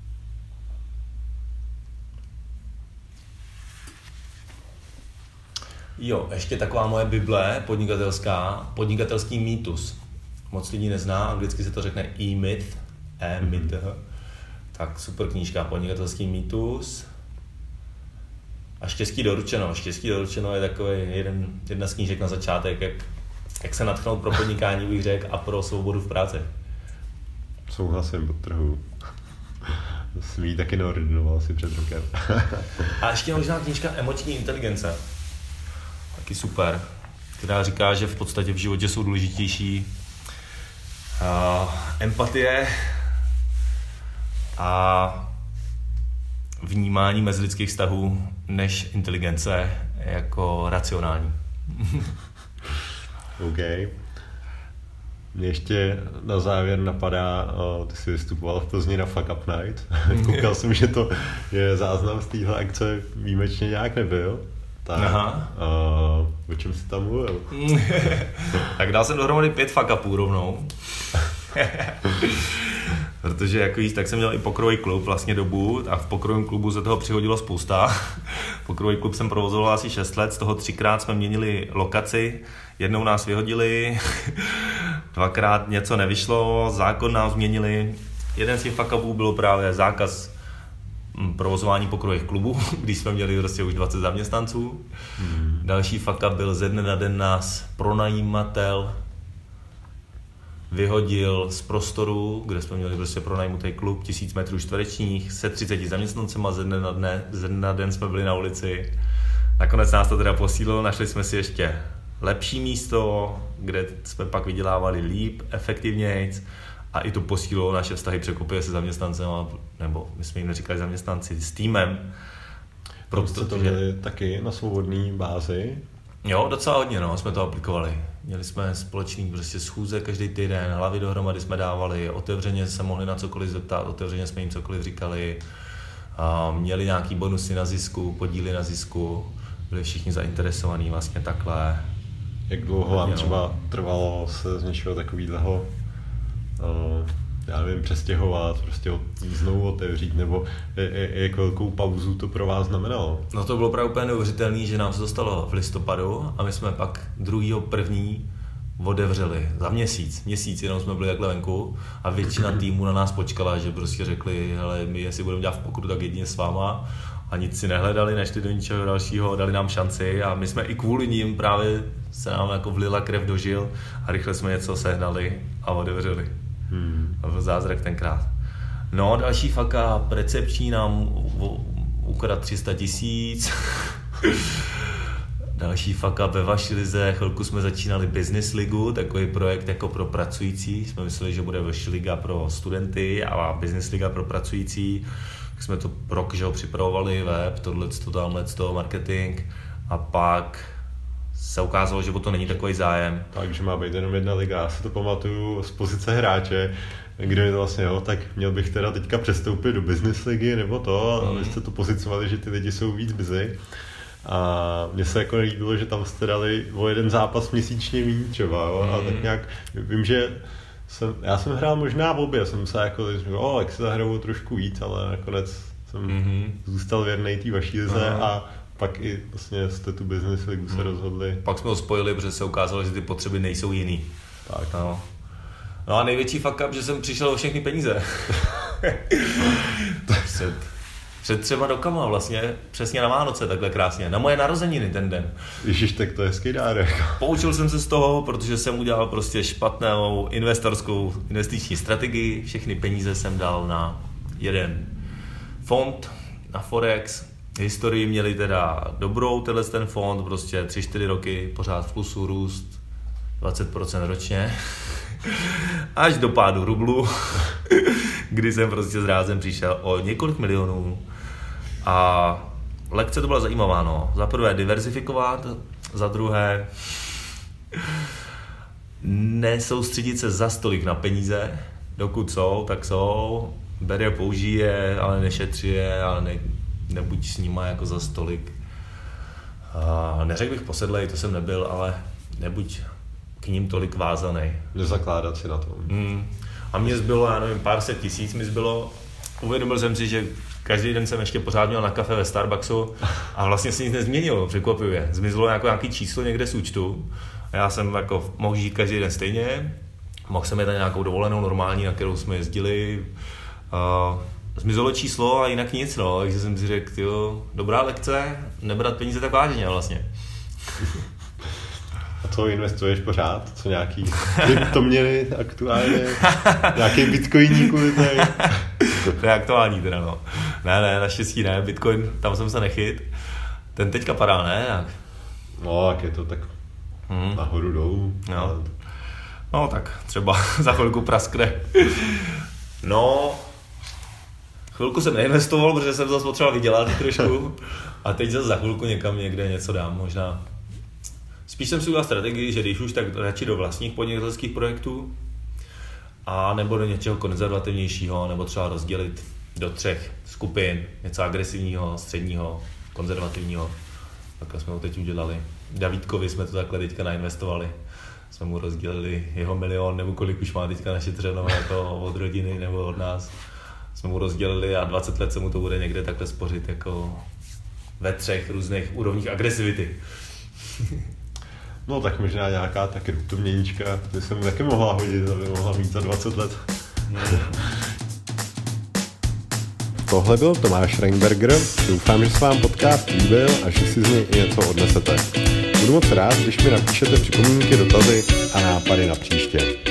Jo, ještě taková moje bible podnikatelská, podnikatelský mýtus. Moc lidí nezná, anglicky se to řekne e-myth, e-myth. Tak super knížka, podnikatelský mýtus. A Štěstí doručeno. Štěstí doručeno je takový jedna z knížek na začátek, jak se nadchnout pro podnikání, bych řekl, a pro svobodu v práci. Souhlasím, podtrhuji. Jsem jí taky neordinoval si před rokem. A ještě možná knížka Emoční inteligence. Taky super. Která říká, že v podstatě v životě jsou důležitější empatie a vnímání mezilidských vztahů než inteligence jako racionální. OK. Mě ještě na závěr napadá, ty jsi vystupoval v Plzni na Fuck Up Night. Koukal jsem, že to je záznam z téhle akce, výjimečně nějak nebyl. Tak, o čem jsi tam mluvil? Tak dal jsem dohromady 5 fuck upů rovnou. Protože jako jíst, tak jsem měl i pokrový klub vlastně dobu a v pokrovém klubu se toho přihodilo spousta. Pokrový klub jsem provozoval asi 6 let, z toho 3krát jsme měnili lokaci, jednou nás vyhodili, 2krát něco nevyšlo, zákon nám změnili. Jeden z těch fuck upů bylo právě zákaz provozování pokrových klubů, když jsme měli prostě už 20 zaměstnanců. Další fuck up byl ze dne na den nás pronajímatel vyhodil z prostoru, kde jsme měli prostě pronajmutý klub 1000 metrů čtverečních se 30 zaměstnancema, ze dne na den jsme byli na ulici. Nakonec nás to teda posílilo, našli jsme si ještě lepší místo, kde jsme pak vydělávali líp, efektivnějc a i to posílilo naše vztahy překopuje se zaměstnancema, nebo my jsme jim neříkali zaměstnanci, s týmem. Jste to měli taky na svobodné bázi? Jo, docela hodně, no, jsme to aplikovali. Měli jsme společný prostě schůze každý týden, hlavy dohromady jsme dávali, otevřeně se mohli na cokoliv zeptat, otevřeně jsme jim cokoliv říkali. Měli nějaký bonusy na zisku, podíly na zisku, byli všichni zainteresovaní vlastně takhle. Jak dlouho vám třeba trvalo se z něčeho takového, já nevím, přestěhovat, prostě znovu otevřít, nebo jak velkou pauzu to pro vás znamenalo? No to bylo právě úplně neuvěřitelné, že nám se to stalo v listopadu a my jsme pak 2.1. otevřeli za měsíc jenom jsme byli takhle venku a většina týmu na nás počkala, že prostě řekli, hele, my jestli budeme dělat v pokru, tak jedině s váma a nic si nehledali, nešli do ničeho dalšího, dali nám šanci a my jsme i kvůli ním právě se nám jako vlila krev do žil a rychle jsme něco sehnali a otevřeli. A byl zázrak tenkrát. No, další fuck up, recepční nám ukradl 300 000. Další fuck up ve vaší lize, chvilku jsme začínali Business Ligu, takový projekt jako pro pracující. Jsme mysleli, že bude vaší liga pro studenty a Business Liga pro pracující. Tak jsme to rok, že ho připravovali, web, tohleto, marketing a pak se ukázalo, že o to není takový zájem. Takže má být jenom jedna liga. Já si to pamatuju z pozice hráče, kde mi to vlastně, tak měl bych teda teďka přestoupit do business ligy nebo to, a vy jste to pozicovali, že ty lidi jsou víc busy. A mně se jako nelíbilo, že tam jste dali o jeden zápas měsíčně méně třeba, jo? A tak nějak vím, že já jsem hrál možná v obě, jsem se jako jak se zahraju trošku víc, ale nakonec jsem zůstal věrnej té vaší lize a pak i vlastně jste tu business ligu se rozhodli. Pak jsme ho spojili, protože se ukázalo, že ty potřeby nejsou jiný. Tak. No a největší fuck up, že jsem přišel o všechny peníze. Před 3 rokama vlastně, přesně na Vánoce, takhle krásně, na moje narozeniny ten den. Ježiš, tak to je hezký dárek. Poučil jsem se z toho, protože jsem udělal prostě špatnou investorskou investiční strategii. Všechny peníze jsem dal na jeden fond, na Forex. Historii měli teda dobrou ten fond, prostě 3-4 roky, pořád v plusu růst, 20% ročně. Až do pádu rublu, kdy jsem prostě s rázem přišel o několik milionů. A lekce to byla zajímavá, no. Za prvé diverzifikovat, za druhé nesoustředit se za stolik na peníze, dokud jsou, tak jsou, ber je, použij je, ale nešetři je, ale nebuď s nima jako za stolik. Neřekl bych posedlej, to jsem nebyl, ale nebuď k ním tolik vázanej. Nezakládat si na tom. A mě zbylo, já nevím, pár set tisíc mi zbylo. Uvědomil jsem si, že každý den jsem ještě pořád měl na kafe ve Starbucksu a vlastně se nic nezměnilo, překvapivě. Zmizelo nějaký číslo někde z účtu. A já jsem jako mohl žít každý den stejně. Mohl jsem jít na nějakou dovolenou normální, na kterou jsme jezdili. Zmizelo číslo a jinak nic, no. Takže jsem si řekl, dobrá lekce, nebrat peníze tak vážně vlastně. A co investuješ pořád? Co nějaký kryptoměny aktuálně? Nějaký bitcoiní kvůli tady? To je aktuální teda, no. Ne, naštěstí ne, bitcoin, tam jsem se nechyt. Ten teďka padá, ne? Jak? No, jak je to tak nahoru dolů. No tak třeba za chvilku praskne. No, chvilku jsem neinvestoval, protože jsem zase potřeboval vydělat trošku. A teď zase za chvilku někam někde něco dám, možná. Spíš jsem si udělal strategii, že když už, tak radši do vlastních podnikatelských projektů a nebo do něčeho konzervativnějšího, nebo třeba rozdělit do 3 skupin, něco agresivního, středního, konzervativního. Takhle jsme ho teď udělali. Davídkovi jsme to takhle teďka nainvestovali. Jsme mu rozdělili jeho 1 milion, nebo kolik už má teďka našetřeno jako od rodiny nebo od nás. Jsme mu rozdělili a 20 let se mu to bude někde takhle spořit jako ve 3 různých úrovních agresivity. No tak možná nějaká ta kryptoměnička, ty jsem taky mohla hodit, aby mohla mít za 20 let. Tohle byl Tomáš Reinberger, doufám, že se vám podcast líbil a že si z něj i něco odnesete. Budu moc rád, když mi napíšete připomínky, dotazy a nápady na příště.